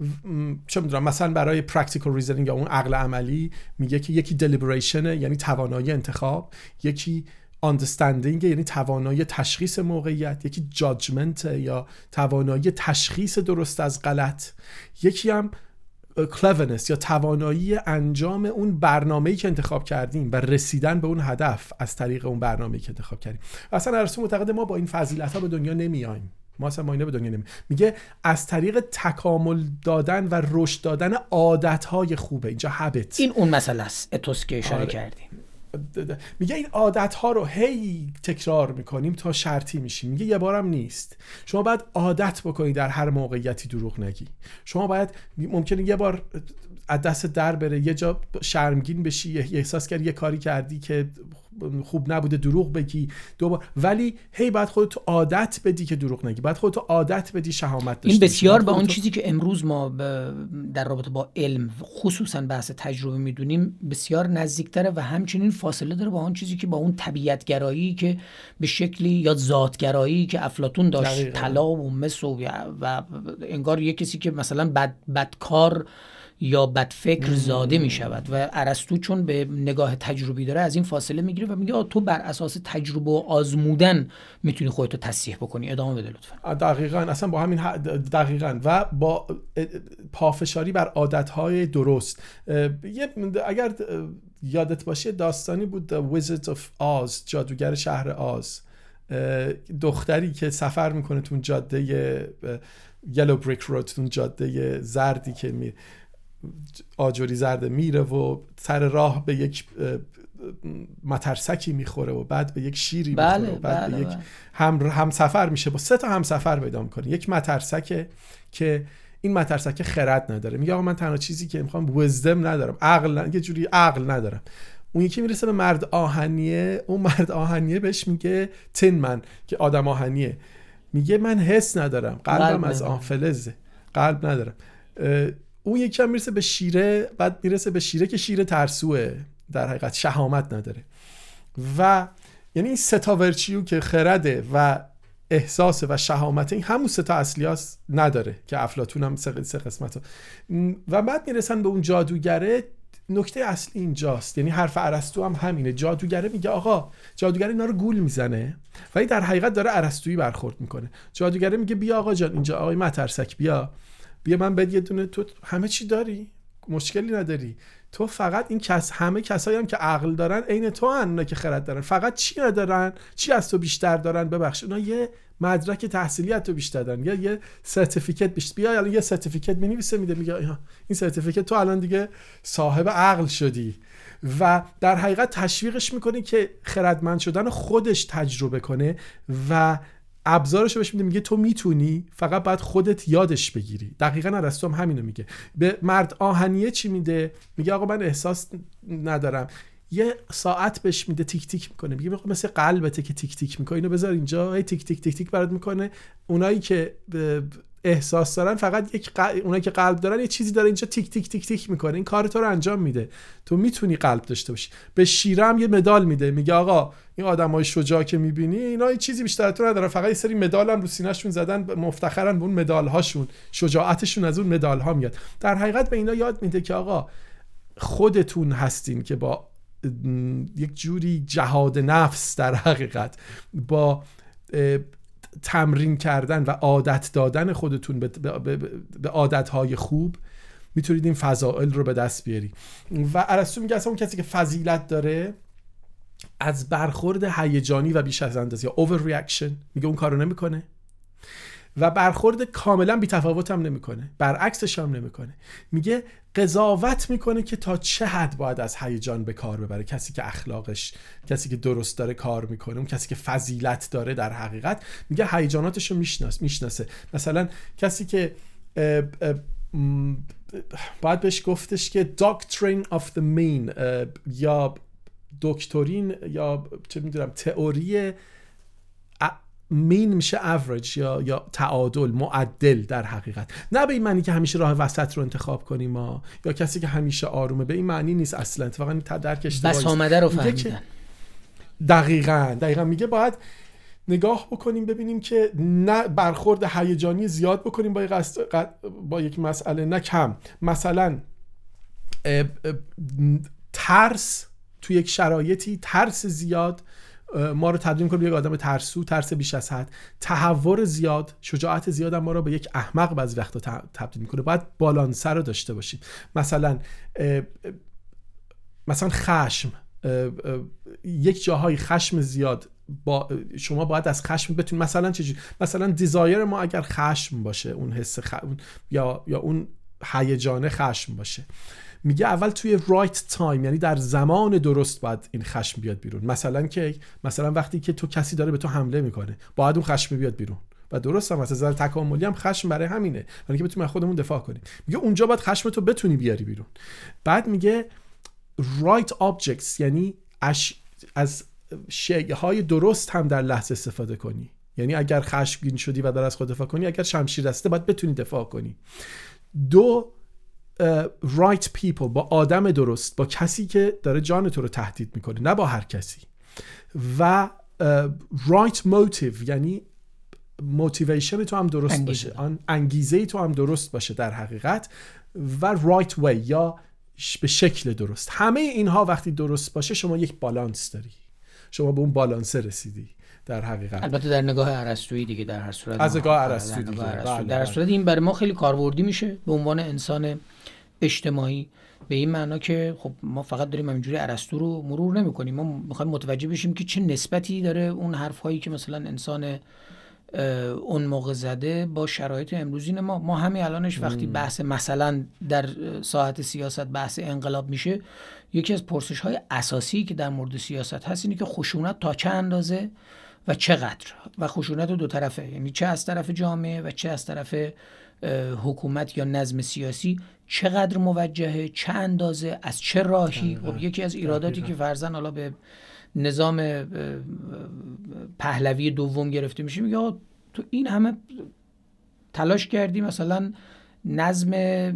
چه میدونم مثلا برای practical reasoning یا اون عقل عملی میگه که یکی deliberation یعنی توانایی انتخاب، یکی understanding یعنی توانایی تشخیص موقعیت، یکی judgment یا توانایی تشخیص درست از غلط، یکی هم cleverness یا توانایی انجام اون برنامه‌ای که انتخاب کردیم و رسیدن به اون هدف از طریق اون برنامه‌ای که انتخاب کردیم. اصلا ارسطو معتقد ما با این فضیلت‌ها به دنیا نمیایم. ما اصلا اینا به دنیا نمیایم. میگه از طریق تکامل دادن و رشد دادن عادت‌های خوبه. اینجا habit. این اون مسئله است اتوس که اشاره کردیم. میگه این عادت‌ها رو هی تکرار میکنیم تا شرطی میشیم. میگه یه بارم نیست. شما باید عادت بکنی در هر موقعیتی دروغ نگی. شما باید ممکنه یه بار از دست در بره، یه جا شرمگین بشی، احساس کردی یه کاری کردی که خوب نبوده دروغ بگی دوبار، ولی هی باید خودت عادت بدی که دروغ نگی، باید خودت عادت بدی شهامت داشته. این بسیار با اون چیزی که امروز ما در رابطه با علم خصوصا بحث تجربه میدونیم بسیار نزدیکتره و همچنین فاصله داره با اون چیزی که با اون طبیعتگرایی که به شکلی یا ذاتگرایی که افلاطون داشت، طلا و مس و انگار یه کسی که مثلا بدکار یا بدفکر زاده می شود و ارسطو چون به نگاه تجربی داره از این فاصله میگیره و میگه تو بر اساس تجربه و آزمودن میتونی خودتو تصحیح بکنی. ادامه بده لطفا. دقیقاً. اصلا با همین دقیقاً و با پافشاری بر عادتهای درست. اگر یادت باشه داستانی بود The Wizard of Oz، جادوگر شهر آز، دختری که سفر میکنه تو جاده Yellow Brick Road، تو جاده زردی که آجوری زرده میره و سر راه به یک مترسکی میخوره و بعد به یک شیری میخوره و بعد به یک هم سفر میشه، با 3 تا هم سفر پیدا میکنه. یک مترسکه که این مترسک خرد نداره، میگه آقا من تنها چیزی که میخوام ویزدم ندارم، یه جوری عقل ندارم. اون یکی میرسه به مرد آهنیه، اون مرد آهنیه بهش میگه تین من که آدم آهنیه، میگه من حس ندارم، قلبم از آن فلزه، قلب ندارم. اون یکی هم میرسه به شیره، بعد میرسه به شیره که شیره ترسوه، در حقیقت شهامت نداره. و یعنی این 3 تا ورچیو که خرده و احساس و شهامت، این همون 3 تا اصلیاس نداره که افلاطون هم 3 قسمت. و بعد میرسن به اون جادوگره. نکته اصلی اینجاست، یعنی حرف ارسطو هم همینه. جادوگره میگه آقا، جادوگره اینا رو گول میزنه ولی در حقیقت داره ارسطویی برخورد میکنه. جادوگره میگه بیا آقا جان اینجا، آقای مترسک بیا من بد یه دونه، تو همه چی داری، مشکلی نداری، تو فقط این همه کسایی هم که عقل دارن عین تو هن، اونا که خرد دارن، فقط چی ندارن، چی از تو بیشتر دارن، ببخش اونا یه مدرک تحصیلی از تو بیشتر دارن یا یه سرتیفیکت بیشتر. بیا الان یه سرتیفیکت می‌نویسه میده، میگه این سرتیفیکت تو الان دیگه صاحب عقل شدی. و در حقیقت تشویقش میکنه که خردمند شدن خودش تجربه کنه و ابزارشو بهش میده، میگه تو میتونی، فقط باید خودت یادش بگیری. دقیقاً ارسطو هم همینو میگه. به مرد آهنیه چی میده؟ میگه آقا من احساس ندارم. یه ساعت بهش میده تیک تیک میکنه، میگه مثل قلبته که تیک تیک میکنه، اینو بذار اینجا، هی تیک تیک تیک تیک برات میکنه. اونایی که احساس دارن فقط اونایی که قلب دارن یه چیزی داره اینجا تیک تیک تیک تیک میکنه، این کار تو رو انجام میده، تو میتونی قلب داشته باشی. به شیره هم یه مدال میده، میگه آقا این آدمای شجاع که میبینی اینا این چیزی بیشتر تو ندارن، فقط یه سری مدال هم رو سینه‌شون زدن، مفتخرن به اون مدال هاشون، شجاعتشون از اون مدال ها میاد. در حقیقت به اینا یاد میده که آقا خودتون هستین که با یک جوری جهاد نفس در حقیقت با تمرین کردن و عادت دادن خودتون به عادتهای خوب میتونید این فضائل رو به دست بیاری. و ارسطو میگه اصلا اون کسی که فضیلت داره از برخورد هیجانی و بیش از اندازه یا اوور ریاکشن میگه اون کارو نمیکنه و برخورد کاملا بی‌تفاوت هم نمیکنه، برعکسش هم نمیکنه. میگه قضاوت میکنه که تا چه حد باید از هیجان به کار ببره. کسی که اخلاقش، کسی که درست داره کار میکنه، اون کسی که فضیلت داره در حقیقت میگه هیجاناتش رو میشناسه. مثلا کسی که باید بهش گفتش که doctrine of the mean یا دکترین یا چه میدونم تئوری مین میشه average یا تعادل، معدل در حقیقت. نه به این معنی که همیشه راه وسط رو انتخاب کنیم یا کسی که همیشه آرومه، به این معنی نیست اصلا، اتفاقا درک اشتباهی است. بس آمده رو فهمیدن. دقیقاً میگه باید نگاه بکنیم ببینیم که نه برخورد هیجانی زیاد بکنیم با یک مسئله، نه کم. مثلا ترس تو یک شرایطی، ترس زیاد ما رو تبدیل کنه به یک آدم ترسو، ترس بیش از حد. تهور زیاد، شجاعت زیاد هم ما رو به یک احمق بعضی وقتا تبدیل میکنه. باید بالانس رو داشته باشید. مثلا خشم، یک جاهای خشم زیاد شما باید از خشم بتونید، مثلا چجوری، مثلا دیزایر ما اگر خشم باشه، اون حس یا اون هیجان خشم باشه، میگه اول توی رایت تایم، یعنی در زمان درست باید این خشم بیاد بیرون. مثلا وقتی که تو کسی داره به تو حمله میکنه، باید اون خشم بیاد بیرون. و درست هم مثلا تکاملی هم خشم برای همینه، یعنی که بتونیم از خودمون دفاع کنیم. میگه اونجا باید خشم تو بتونی بیاری بیرون. بعد میگه right objects، یعنی از شیءهای درست هم در لحظه استفاده کنی. یعنی اگر خشمگین شدی و داری از خود دفاع کنی، اگر شمشیر دسته باید بتونی دفاع کنی. right people، با آدم درست، با کسی که داره جان تو رو تهدید میکنه، نه با هر کسی. و right motive، یعنی موتیویشن تو هم درست باشه، آن انگیزه تو هم درست باشه در حقیقت. و right way، یا به شکل درست. همه اینها وقتی درست باشه شما یک بالانس داری، شما به اون بالانس رسیدی در حقیقت. البته در نگاه ارسطویی دیگه، در هر صورت از نگاه ارسطویی دیگه، در هر صورت این برای ما خیلی کاربردی میشه به عنوان انسان اجتماعی، به این معنا که خب ما فقط داریم همینجوری ارسطو رو مرور نمی‌کنیم، ما می‌خوایم متوجه بشیم که چه نسبتی داره اون حرفایی که مثلا انسان اون موقع زده با شرایط امروزین ما همین الانش وقتی بحث مثلا در ساحت سیاست بحث انقلاب میشه، یکی از پرسش‌های اساسی که در مورد سیاست هست اینه که خشونت تا چه اندازه و چقدر، و خشونت دو طرفه، یعنی چه از طرف جامعه و چه از طرف حکومت یا نظم سیاسی، چقدر موجهه، چه اندازه، از چه راهی. خب یکی از ایراداتی که فرضاً حالا به نظام پهلوی دوم گرفته میشه، میگه تو این همه تلاش کردی مثلا نظم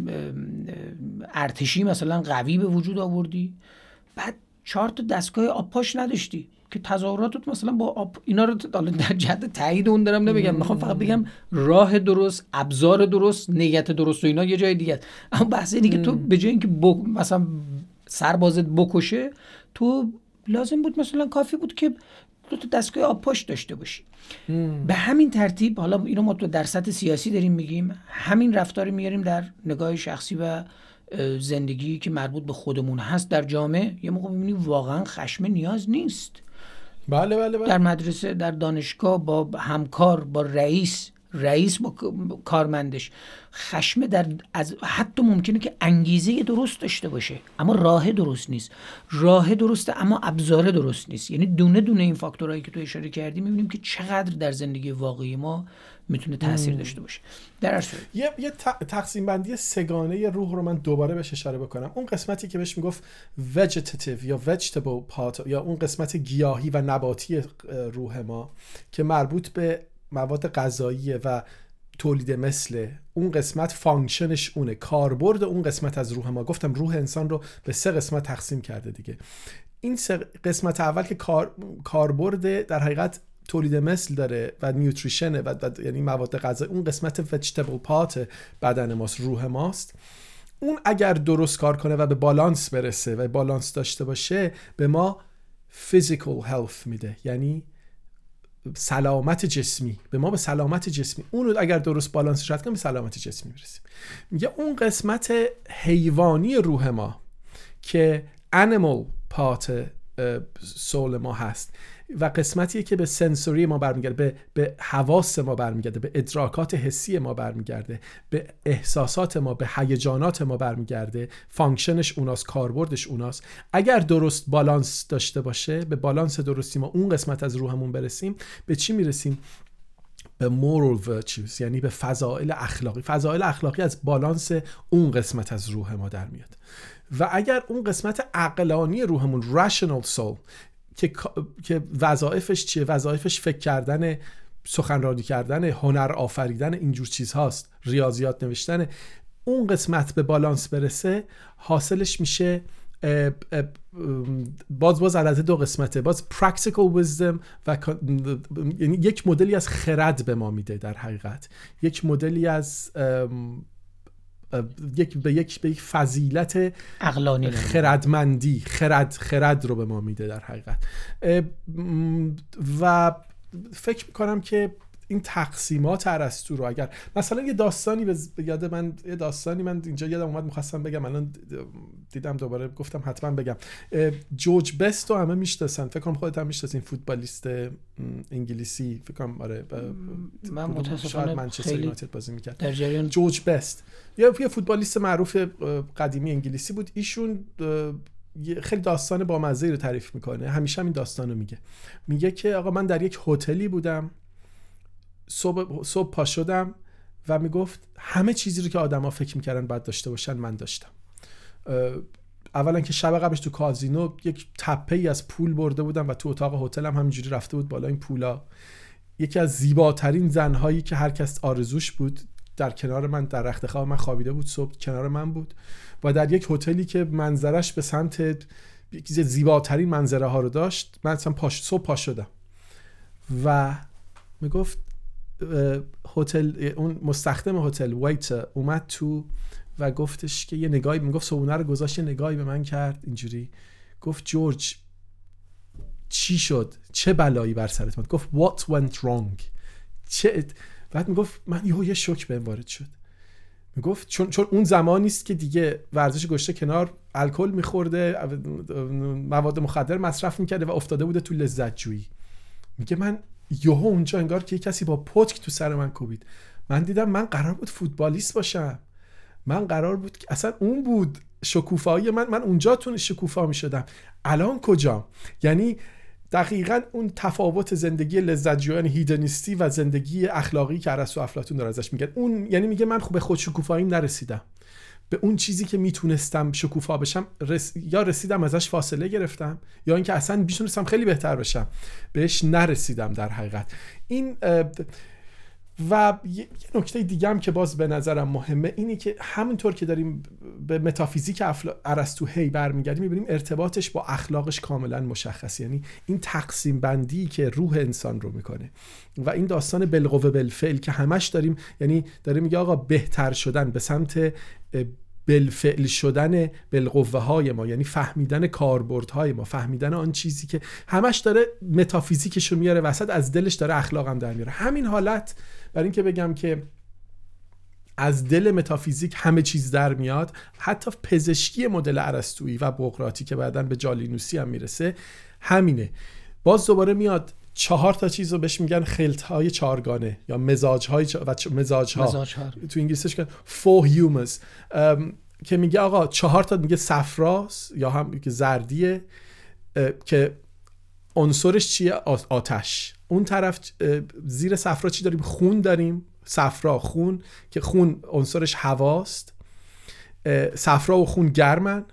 ارتشی مثلا قوی به وجود آوردی، بعد 4 تا دستگاه آبپاش نداشتی که تظاهراتت مثلا با آب، اینا رو در جهت تایید اون دارم نمیگم، میخوام فقط بگم راه درست، ابزار درست، نیت درست و اینا یه جای دیگه است. اما بحث اینه که تو به جای اینکه مثلا سربازت بکشه، تو لازم بود مثلا کافی بود که 2 تا دستگاه آبپاش داشته باشی. به همین ترتیب، حالا اینو ما تو در سطح سیاسی داریم میگیم، همین رفتار میاریم در نگاه شخصی و زندگی که مربوط به خودمون هست در جامعه. یه موقع میبینی واقعا خشم نیاز نیست. بله. در مدرسه، در دانشگاه، با همکار، با رئیس با کارمندش، خشم از حتی ممکنه که انگیزه درست داشته باشه اما راه درست نیست، راه درسته اما ابزار درست نیست. یعنی دونه دونه این فاکتورهایی که تو اشاره کردی میبینیم که چقدر در زندگی واقعی ما میتونه تاثیر داشته باشه. در اصل یه تقسیم بندی سگانه روح رو من دوباره بهش اشاره بکنم. اون قسمتی که بهش میگفت vegetative یا vegetable part، یا اون قسمت گیاهی و نباتی روح ما که مربوط به مواد غذاییه و تولید مثل، اون قسمت فانکشنش اونه، کاربرد اون قسمت از روح ما. گفتم روح انسان رو به 3 قسمت تقسیم کرده دیگه. این 3 قسمت اول که کاربرد در حقیقت تولید مثل داره و نیوتریشنه و یعنی مواد غذایی، اون قسمت وجتبل پات بدن ماست، روح ماست. اون اگر درست کار کنه و به بالانس برسه و بالانس داشته باشه، به ما physical health میده، یعنی سلامت جسمی. به ما به سلامت جسمی، اون رو اگر درست بالانسش رد کنیم به سلامت جسمی برسیم. میگه اون قسمت حیوانی روح ما که animal part سول ما هست و قسمتیه که به سنسوری ما برمیگرده، به حواس ما برمیگرده، به ادراکات حسی ما برمیگرده، به احساسات ما، به هیجانات ما برمیگرده، فانکشنش اوناست، کاربردش اوناست. اگر درست بالانس داشته باشه، به بالانس درستی ما اون قسمت از روحمون برسیم، به چی میرسیم؟ به moral virtues، یعنی به فضائل اخلاقی. فضائل اخلاقی از بالانس اون قسمت از روح ما در میاد. و اگر اون قسمت عقلانی روحمون rational soul که وظایفش چیه؟ وظایفش فکر کردن، سخنرانی کردن، هنر آفریدن، اینجور چیزهاست، ریاضیات نوشتن، اون قسمت به بالانس برسه، حاصلش میشه باز علاوه 2 قسمته، باز practical wisdom و یعنی یک مدلی از خرد به ما میده، در حقیقت یک مدلی از به یک فضیلت عقلانی، خردمندی، خرد رو به ما میده در حقیقت. و فکر میکنم که این تقسیمات ارسطو رو اگر مثلا یه داستانی به یاد من، یه داستانی من اینجا یادم اومد می‌خواستم بگم، الان دیدم دوباره گفتم حتما بگم. جورج بست رو همه میشناسن، فکر کنم خودت هم میشناسین، فوتبالیست انگلیسی، فکر کنم آره، من متأسفانه منچستر یونایتد بازی می‌کرد. در جریان جورج بست یه فوتبالیست معروف قدیمی انگلیسی بود. ایشون خیلی داستان بامزه‌ای رو تعریف میکنه، همیشه هم این داستانو میگه که آقا من در یک هتلی بودم، صبح پا شدم و میگفت همه چیزی رو که آدما فکر میکردن باید داشته باشن من داشتم. اولا که شب قبلش تو کازینو یک تپه‌ای از پول برده بودم و تو اتاق هتلم همینجوری رفته بود بالا این پولا. یکی از زیباترین زنهایی که هر کس آرزوش بود در کنار من، در رخت خواب من خوابیده بود، صبح کنار من بود و در یک هتلی که منظرش به سمت یکی از زیباترین منظره ها رو داشت. من اصلا صبح پا شدم و میگفت هتل، اون مستخدم هتل ویتر اومد تو و گفتش که یه نگاهی، میگفت صبحونه رو گذاشت، یه نگاهی به من کرد اینجوری، گفت جورج چی شد؟ چه بلایی بر سرت اومد؟ گفت what went wrong؟ بعد میگفت من یه شوک بهم وارد شد. میگفت چون اون زمانی است که دیگه ورزش گشته کنار، الکل میخورده، مواد مخدر مصرف میکرده و افتاده بوده تو لذت جویی. میگه من یهو اونجا انگار که کسی با پتک تو سر من کوبید. من دیدم من قرار بود فوتبالیست باشم، من قرار بود که اصلا اون بود شکوفایی من اونجا تو شکوفا میشدم، الان کجام؟ یعنی دقیقاً اون تفاوت زندگی لذت جویی، یعنی هیدنیستی و زندگی اخلاقی که ارسطو و افلاطون داره ازش میگن. اون یعنی میگه من به خود شکوفاییم نرسیدم، به اون چیزی که میتونستم شکوفا بشم یا رسیدم ازش فاصله گرفتم، یا اینکه اصلا میتونستم خیلی بهتر بشم، بهش نرسیدم در حقیقت. این و یه نکته دیگه هم که باز به نظرم مهمه اینی که همونطور که داریم به متافیزیک ارسطو هی برمیگردیم، میبینیم ارتباطش با اخلاقش کاملا مشخصه. یعنی این تقسیم بندی که روح انسان رو میکنه و این داستان بالقوه بالفعل که همش داریم، یعنی داره میگه آقا بهتر شدن به سمت بالفعل شدن بالقوه های ما، یعنی فهمیدن کاربردهای ما، فهمیدن آن چیزی که همش داره متافیزیکش رو میاره وسط، از دلش داره اخلاقم در میاره. همین حالت برای این که بگم که از دل متافیزیک همه چیز در میاد، حتی پزشکی مدل ارسطویی و بقراطی که بعداً به جالینوسی هم میرسه همینه. باز دوباره میاد 4 تا چیز رو بهش میگن خلطهای چارگانه یا مزاجهای مزاجها. تو انگلیسیش میگن four humors، که میگه آقا 4 تا، میگه صفراست یا هم که زردیه که عنصرش چیه؟ آتش. اون طرف زیر صفرا چی داریم؟ خون داریم. صفرا خون که خون عنصرش هواست، صفرا و خون گرمن.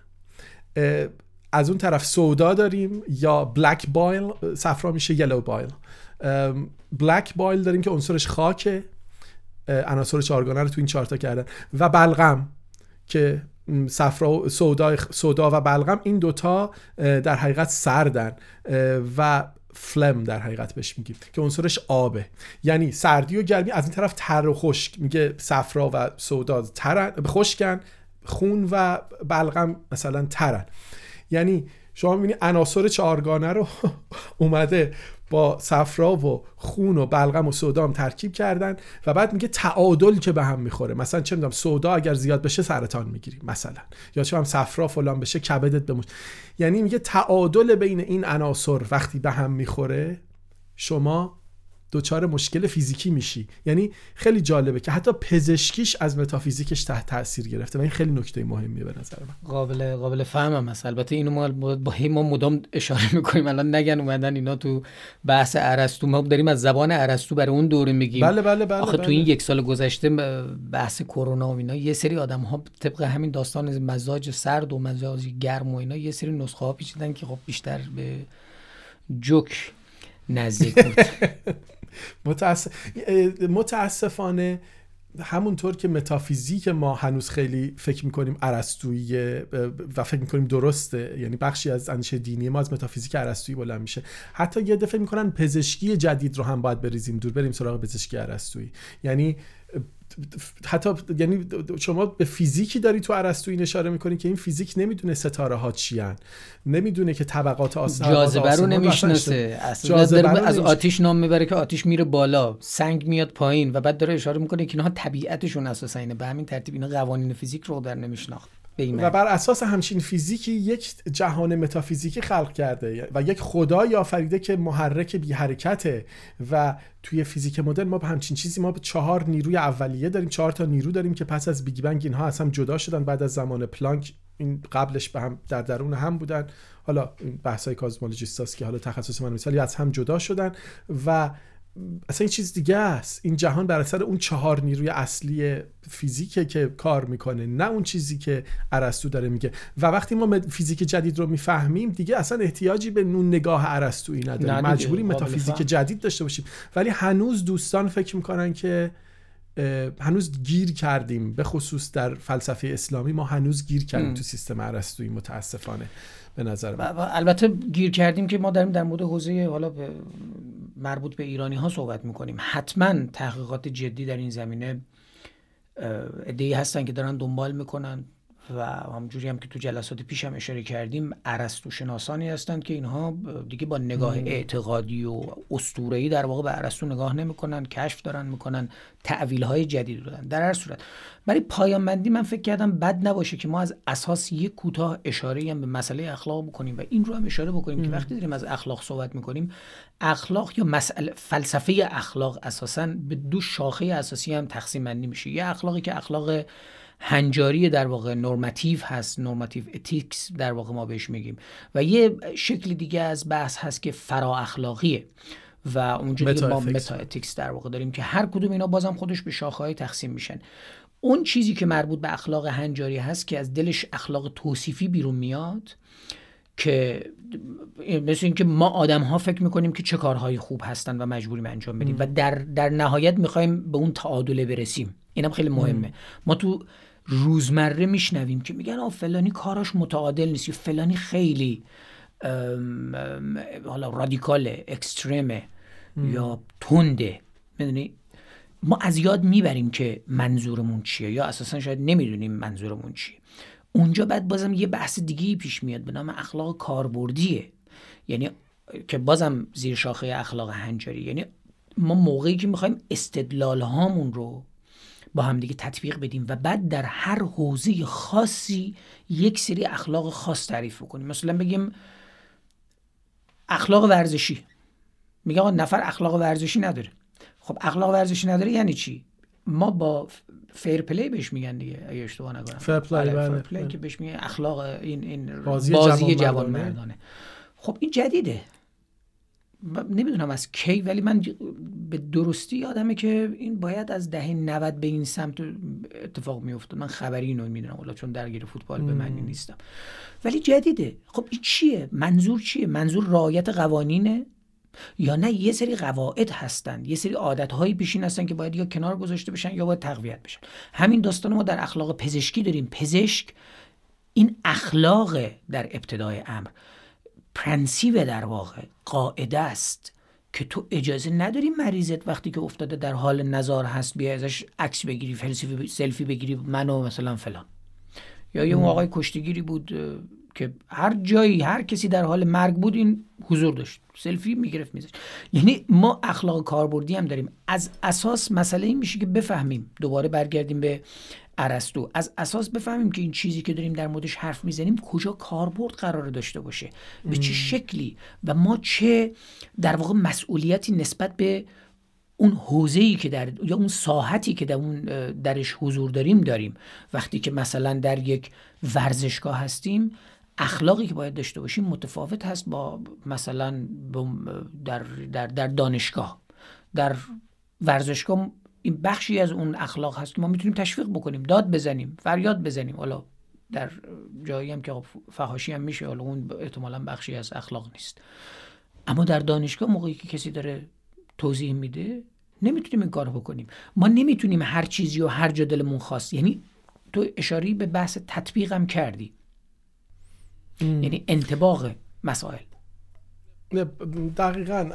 از اون طرف سودا داریم یا بلک بایل، صفرا میشه یلو بایل. بلک بایل داریم که عنصرش خاکه، عناصر چهارگانه رو تو این 4 تا کردن و بلغم که صفرا و سودا و بلغم، این دوتا در حقیقت سردن و فلم در حقیقت بهش میگیم که عنصرش آبه. یعنی سردی و گرمی از این طرف تر و خشک، میگه صفرا و سودا ترن خشکن، خون و بلغم مثلا ترن. یعنی شما میبینی عناصر چهارگانه رو اومده با صفرا و خون و بلغم و سودا هم ترکیب کردن و بعد میگه تعادل که به هم میخوره. مثلا چه میدونم سودا اگر زیاد بشه سرطان میگیری مثلا، یا چه هم صفرا فلان بشه کبدت بموش. یعنی میگه تعادل بین این عناصر وقتی به هم میخوره شما دوچار مشکل فیزیکی میشی. یعنی خیلی جالبه که حتی پزشکیش از متافیزیکش تحت تاثیر گرفته و این خیلی نکته مهمیه به نظر من. قابل فهمم است. البته اینو ما مدام اشاره میکنیم، الان نگن اومدن اینا تو بحث ارسطو، ما داریم از زبان ارسطو برای اون دوره میگیم. بله. آخه تو این 1 سال گذشته بحث کرونا و اینا یه سری آدم ها طبق همین داستان مزاج سرد و مزاج گرم و اینا یه سری نسخه ها پیچیدن که خب بیشتر به جوک نزدیک بود. متاسفانه همونطور که متافیزیک ما هنوز خیلی فکر میکنیم ارسطویی و فکر میکنیم درسته، یعنی بخشی از اندیشه دینی ما از متافیزیک ارسطویی بلند میشه. حتی یه دفعه میکنن پزشکی جدید رو هم باید بریزیم دور، بریم سراغ پزشکی ارسطویی. یعنی حتی یعنی شما به فیزیکی داری تو ارسطویی اشاره میکنی که این فیزیک نمیدونه ستاره ها چی ان، نمیدونه که طبقات آسمان جاذبه رو نمیشناسه، اصلا از آتش نام میبره که آتش میره بالا، سنگ میاد پایین و بعد داره اشاره میکنه که اینها طبیعتشون اساسا اینه. به همین ترتیب اینا قوانین فیزیک رو در نمیشناخت و بر اساس همچین فیزیکی یک جهان متافیزیکی خلق کرده و یک خدایی آفریده که محرک بی حرکته. و توی فیزیک مدرن ما به همچین چیزی، ما به 4 نیروی اولیه داریم، 4 تا نیرو داریم که پس از بیگ بنگ اینها از هم جدا شدن بعد از زمان پلانک. این قبلش به هم در درون هم بودن، حالا بحثای کازمولوژیستاست که حالا تخصص من مثالی از هم جدا شدن و اصلا این چیز دیگه است. این جهان بر اثر اون 4 نیروی اصلی فیزیکه که کار میکنه، نه اون چیزی که ارسطو داره میگه. و وقتی ما فیزیک جدید رو میفهمیم دیگه اصلا احتیاجی به نون نگاه ارسطویی نداریم، مجبوریم متافیزیک جدید داشته باشیم. ولی هنوز دوستان فکر میکنن که هنوز گیر کردیم، به خصوص در فلسفه اسلامی ما هنوز گیر کردیم تو سیستم ارسطویی متاسفانه به نظر من. البته گیر کردیم که ما داریم در مورد حوزه حالا مربوط به ایرانی ها صحبت میکنیم. حتما تحقیقات جدی در این زمینه عده‌ای هستن که دارن دنبال میکنن و همونجوری هم که تو جلسات پیش هم اشاره کردیم ارسطو شناسانی هستند که اینها دیگه با نگاه اعتقادی و اسطوره‌ای در واقع به ارسطو نگاه نمی‌کنن، کشف دارن می‌کنن، تأویل‌های جدید دادن. در هر صورت برای پایان بندی من فکر کردم بد نباشه که ما از اساس یک کوتاه اشاره‌ای هم به مسئله اخلاق بکنیم و این رو هم اشاره بکنیم که وقتی داریم از اخلاق صحبت می‌کنیم، اخلاق یا مسئله فلسفه اخلاق اساساً به 2 شاخه اساسی هم تقسیم بندی میشه. یه اخلاقی که اخلاق هنجاری در واقع نورماتیو هست، نورماتیو اتیکس در واقع ما بهش میگیم، و یه شکل دیگه از بحث هست که فرا اخلاقیه و اونجوری که ما متا اتیکس در واقع داریم که هر کدوم اینا بازم خودش به شاخه‌های تقسیم میشن. اون چیزی که مربوط به اخلاق هنجاری هست که از دلش اخلاق توصیفی بیرون میاد، که مثل این که ما آدم ها فکر میکنیم که چه کارهای خوب هستن و مجبوریم انجام بدیم و در نهایت میخوایم به اون تعادل برسیم. اینم خیلی مهمه. ما تو روزمره میشنویم که میگن فلانی کاراش متعادل نیست، فلانی خیلی حالا رادیکاله، اکستریمه یا تنده. میدونی ما از یاد میبریم که منظورمون چیه یا اساسا شاید نمیدونیم منظورمون چیه. اونجا بعد بازم یه بحث دیگه‌ای پیش میاد به نام اخلاق کاربردیه، یعنی که بازم زیر شاخه اخلاق هنجاری. یعنی ما موقعی که میخوایم استدلال هامون رو با هم دیگه تطبیق بدیم و بعد در هر حوزه خاصی یک سری اخلاق خاص تعریف بکنیم. مثلا بگیم اخلاق ورزشی، میگه آقا نفر اخلاق ورزشی نداره. خب اخلاق ورزشی نداره یعنی چی؟ ما با فیر پلی بهش میگن دیگه اگه اشتباه نکنم، فیر پلی که بهش میگن اخلاق این بازی جوانمردانه. خب این جدیده، نمیدونم از کی، ولی من به درستی یادمه که این باید از دهه 90 به این سمت اتفاق میافتاد. من خبری اینو میدونم والا چون درگیر فوتبال به معنی نیستم، ولی جدیده. خب این چیه؟ منظور چیه؟ منظور رعایت قوانینه یا نه یه سری قواعد هستن، یه سری عادت‌های پیشین هستن که باید یا کنار گذاشته بشن یا باید تقویت بشن. همین داستان ما در اخلاق پزشکی داریم. پزشک این اخلاق در ابتدای امر، پرنسیپ در واقع قاعده است که تو اجازه نداری مریضت وقتی که افتاده در حال نزار هست بیا ازش عکس بگیری، سلفی بگیری، منو مثلا فلان. یا یه آقای کشتیگیری بود که هر جایی هر کسی در حال مرگ بود این حضور داشت، سلفی میگرفت میذاشت. یعنی ما اخلاق کاربردی هم داریم. از اساس مسئله این میشه که بفهمیم، دوباره برگردیم به ارسطو، از اساس بفهمیم که این چیزی که داریم در موردش حرف میزنیم کجا کاربرد قرار داشته باشه، به چه شکلی، و ما چه در واقع مسئولیتی نسبت به اون حوزه‌ای که یا اون ساحتی که در اون درش حضور داریم. وقتی که مثلا در یک ورزشگاه هستیم، اخلاقی که باید داشته باشیم متفاوت هست با مثلا در دانشگاه. در ورزشگاه این بخشی از اون اخلاق هست که ما میتونیم تشویق بکنیم، داد بزنیم، فریاد بزنیم. حالا در جایی هم که فحاشی هم میشه، حالا اون احتمالاً بخشی از اخلاق نیست. اما در دانشگاه موقعی که کسی داره توضیح میده نمیتونیم این کارو بکنیم. ما نمیتونیم هر چیزی و هر جا دلمون خواست. یعنی تو اشاره به بحث تطبیق هم کردی، یعنی انطباق مسائل. دقیقاً.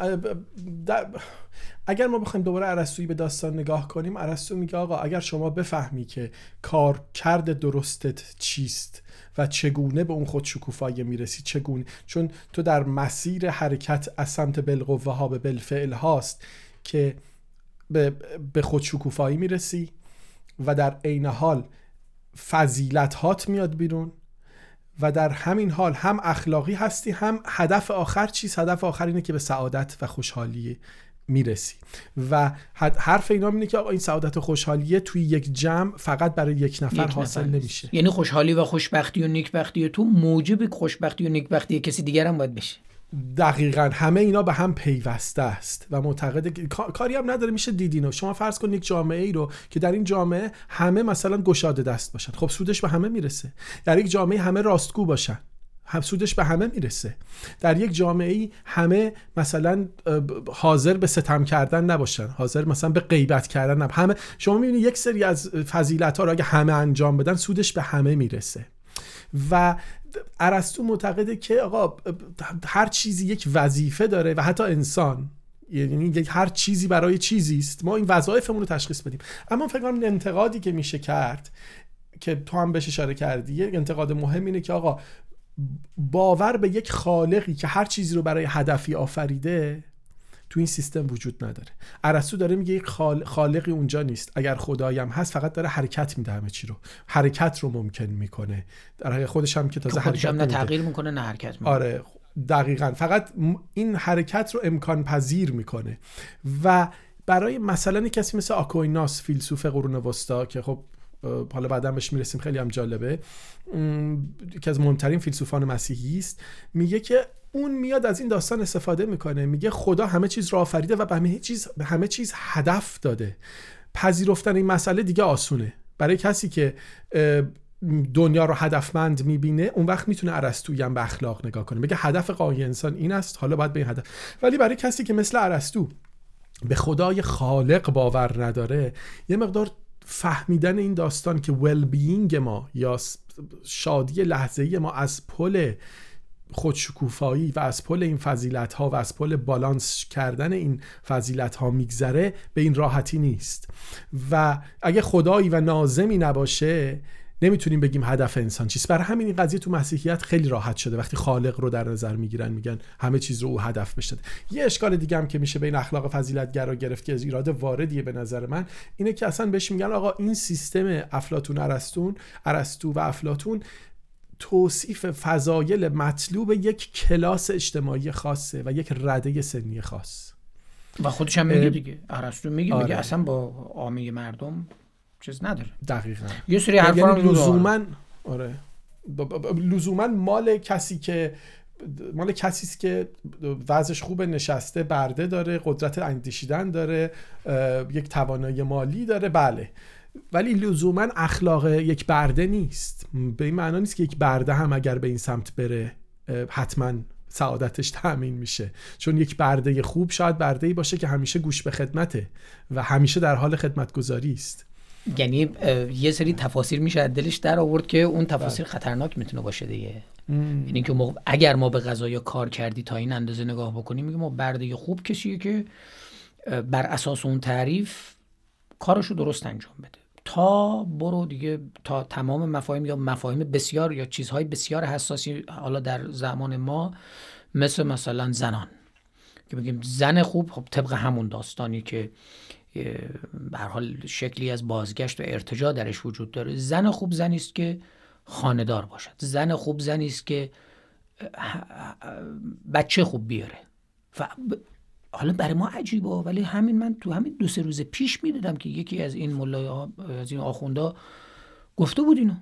اگر ما بخوایم دوباره ارسطویی به داستان نگاه کنیم، ارسطو میگه آقا اگر شما بفهمی که کارکرد درستت چیست و چگونه به اون خودشکوفایی میرسی، چگونه، چون تو در مسیر حرکت از سمت بالقوه ها به بالفعل هاست که به خودشکوفایی میرسی و در عین حال فضیلت هات میاد بیرون و در همین حال هم اخلاقی هستی، هم هدف آخر چیست؟ هدف آخر اینه که به سعادت و خوشحالی میرسی. و حرف اینا اینه که آقا این سعادت و خوشحالیه توی یک جمع فقط برای یک نفر حاصل نمیشه. یعنی خوشحالی و خوشبختی و نیکبختی تو موجب خوشبختی و نیکبختی کسی دیگر هم باید بشه. دقیقاً. همه اینا به هم پیوسته است و معتقده کاری هم نداره. میشه دیدینو شما فرض کن یک جامعه ای رو که در این جامعه همه مثلا گشاده دست باشن، خب سودش به همه میرسه. در یک جامعه همه راستگو باشن، هم سودش به همه میرسه. در یک جامعه ای همه مثلا حاضر به ستم کردن نباشن، حاضر مثلا به غیبت کردن نباشن، همه، شما میبینید یک سری از فضیلت ها رو اگه همه انجام بدن سودش به همه میرسه. و ارسطو معتقده که آقا هر چیزی یک وظیفه داره و حتی انسان، یعنی هر چیزی برای چیزی است، ما این وظایفمون رو تشخیص بدیم. اما فکر کنم انتقادی که میشه کرد که تو هم بهش اشاره کردی، یک انتقاد مهم اینه که آقا باور به یک خالقی که هر چیزی رو برای هدفی آفریده تو این سیستم وجود نداره. ارسطو داره میگه یک خالقی اونجا نیست، اگر خدایی هم هست فقط داره حرکت میده، همه چی رو حرکت رو ممکن میکنه، در خودش هم که تازه حرکت نه تغییر میکنه نه حرکت میکنه. آره دقیقاً، فقط این حرکت رو امکان پذیر میکنه. و برای مثلا کسی مثل آکویناس فیلسوف قرون وسطا که خب حالا بعدا بهش میرسیم، خیلی هم جالبه، که از مهمترین فیلسوفان مسیحی است، میگه که اون میاد از این داستان استفاده میکنه، میگه خدا همه چیز رو آفریده و به همه چیز هدف داده. پذیرفتن این مسئله دیگه آسونه برای کسی که دنیا رو هدفمند میبینه. اون وقت میتونه ارسطویی هم به اخلاق نگاه کنه، میگه هدف قای انسان این است، حالا باید به این هدف. ولی برای کسی که مثل ارسطو به خدای خالق باور نداره، یه مقدار فهمیدن این داستان که ویل بینگ ما یا شادی لحظه‌ای ما از پل خودشکوفایی و از پل این فضیلت ها و از پل بالانس کردن این فضیلت ها میگذره، به این راحتی نیست. و اگه خدایی و ناظمی نباشه نمیتونیم بگیم هدف انسان چیست. برای همین این قضیه تو مسیحیت خیلی راحت شده، وقتی خالق رو در نظر میگیرن میگن همه چیز رو او هدف بشه. یه اشکال دیگه هم که میشه بین اخلاق فضیلت‌گرا گرفت که از ایراد واردیه به نظر من، اینه که اصلا بهش میگن آقا این سیستم افلاطون ارسطو و افلاطون توصیف فضایل مطلوب یک کلاس اجتماعی خاصه و یک رده سنی خاص. و خودش هم میگه دیگه، ارسطو میگه میگه اصلا با عامه مردم چیز نداره. دقیقاً. یه سری حرفا لزوما مال کسی است که وضعش خوبه، نشسته، برده داره، قدرت اندیشیدن داره، یک توانایی مالی داره، بله، ولی لزوما اخلاق یک برده نیست. به این معنی نیست که یک برده هم اگر به این سمت بره حتما سعادتش تأمین میشه. چون یک برده خوب شاید برده‌ای باشه که همیشه گوش به خدمته و همیشه در حال خدمتگزاری است. یعنی یه سری تفاسیر میشه از دلش در آورد که اون تفاسیر خطرناک میتونه باشه دیگه. یعنی که اگر ما به قضایا کار کردی تا این اندازه نگاه بکنیم، میگه ما برده خوب کسیه که بر اساس اون تعریف کارشو درست انجام بده. تا برو دیگه تا تمام مفاهیم یا مفاهیم بسیار یا چیزهای بسیار حساسی حالا در زمان ما مثلا زنان که بگیم زن خوب، خب طبق همون داستانی که به هر حال شکلی از بازگشت و ارتجاع درش وجود داره، زن خوب زنی است که خانه‌دار باشد، زن خوب زنی است که بچه خوب بیاره. و حالا برای ما عجیبه، ولی من تو همین 2-3 روز پیش میدیدم که یکی از این ملای‌ها، از این آخوندا گفته بود اینو،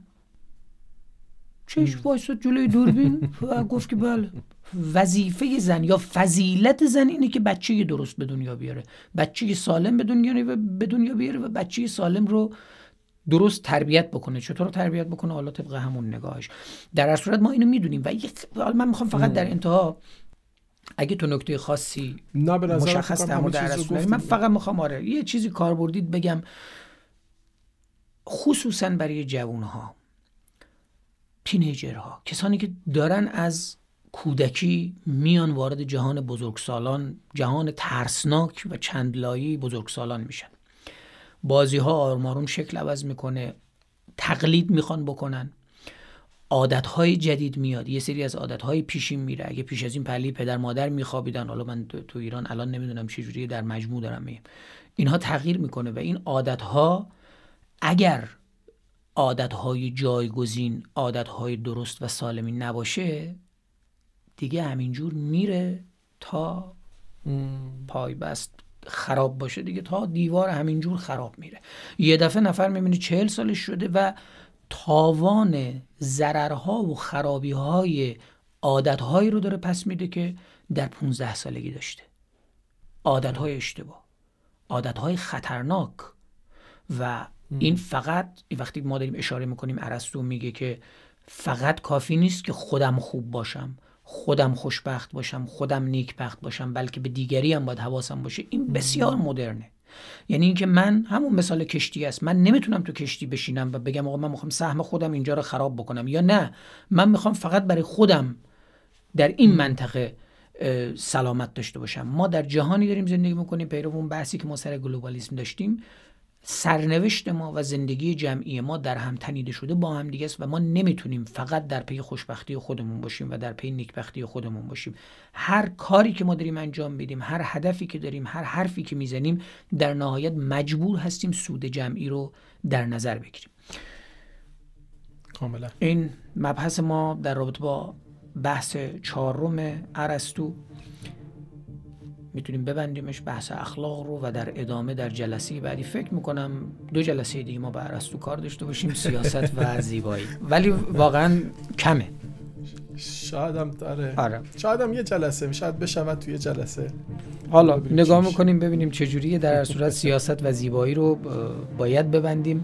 چش وایساد جلوی دوربین و گفت که بله وظیفه زن یا فضیلت زن اینه که بچه درست به دنیا بیاره، بچه سالم به دنیا بیاره و بچه سالم رو درست تربیت بکنه. چطور تربیت بکنه؟ حالا طبق همون نگاهش. در هر صورت ما اینو میدونیم. و من میخوام فقط در انتها اگه تو نکته خاصی مشخص در مورد عرستو، من فقط میخوام یه چیزی کاربردید بگم، خصوصا برای جوانها، تینیجرها، کسانی که دارن از کودکی میان وارد جهان بزرگسالان، جهان ترسناک و چندلایی بزرگسالان میشن. بازی ها آروم آروم شکل عوض میکنه، تقلید میخوان بکنن، عادت های جدید میاد، یه سری از عادت های پیشین میره. اگه پیش از این پلی پدر مادر میخوابیدن، حالا من تو ایران الان نمیدونم چه جوریه، در مجموع دارم میگم، اینها تغییر میکنه و این عادت ها اگر عادت های جایگزین، عادت های درست و سالمی نباشه، دیگه همینجور میره تا پای بست خراب باشه دیگه، تا دیوار همینجور خراب میره. یه دفعه نفر میبینی 40 سالش شده و تاوان ضررها و خرابی‌های عادت‌هایی رو داره پس میده که در 15 سالگی داشته. عادت‌های اشتباه، عادت‌های خطرناک. و این فقط وقتی ما داریم اشاره میکنیم، ارسطو میگه که فقط کافی نیست که خودم خوب باشم، خودم خوشبخت باشم، خودم نیکبخت باشم، بلکه به دیگری هم باید حواسم باشه. این بسیار مدرنه. یعنی اینکه من همون مثال کشتی است، من نمیتونم تو کشتی بشینم و بگم آقا من میخوام سهم خودم اینجا رو خراب بکنم، یا نه من میخوام فقط برای خودم در این منطقه سلامت داشته باشم. ما در جهانی داریم زندگی میکنیم، پیرو اون بحثی که ما سر گلوبالیسم داشتیم، سرنوشت ما و زندگی جمعی ما در هم تنیده شده با هم دیگه است و ما نمیتونیم فقط در پی خوشبختی خودمون باشیم و در پی نیکبختی خودمون باشیم. هر کاری که ما داریم انجام میدیم، هر هدفی که داریم، هر حرفی که میزنیم، در نهایت مجبور هستیم سود جمعی رو در نظر بگیریم. کاملا. این مبحث ما در رابطه با بحث 4 ارسطو، میتونیم ببندیمش، بحث اخلاق رو، و در ادامه در جلسه بعدی فکر میکنم 2 جلسه دیگه ما به ارسطو کار داشته باشیم، سیاست و زیبایی. ولی واقعا کمه. شاید هم داره. شاید هم یه جلسه شاید بشود توی جلسه. حالا نگاه میکنیم ببینیم چجوریه. در هر صورت سیاست و زیبایی رو باید ببندیم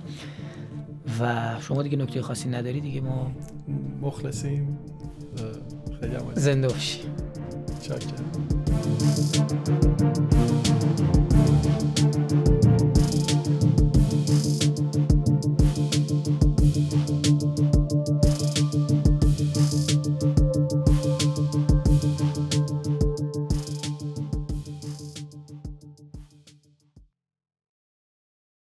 و شما دیگه نکته خاصی نداری دیگه. ما مخلصیم. خیلی زنده باشی. چاکرم.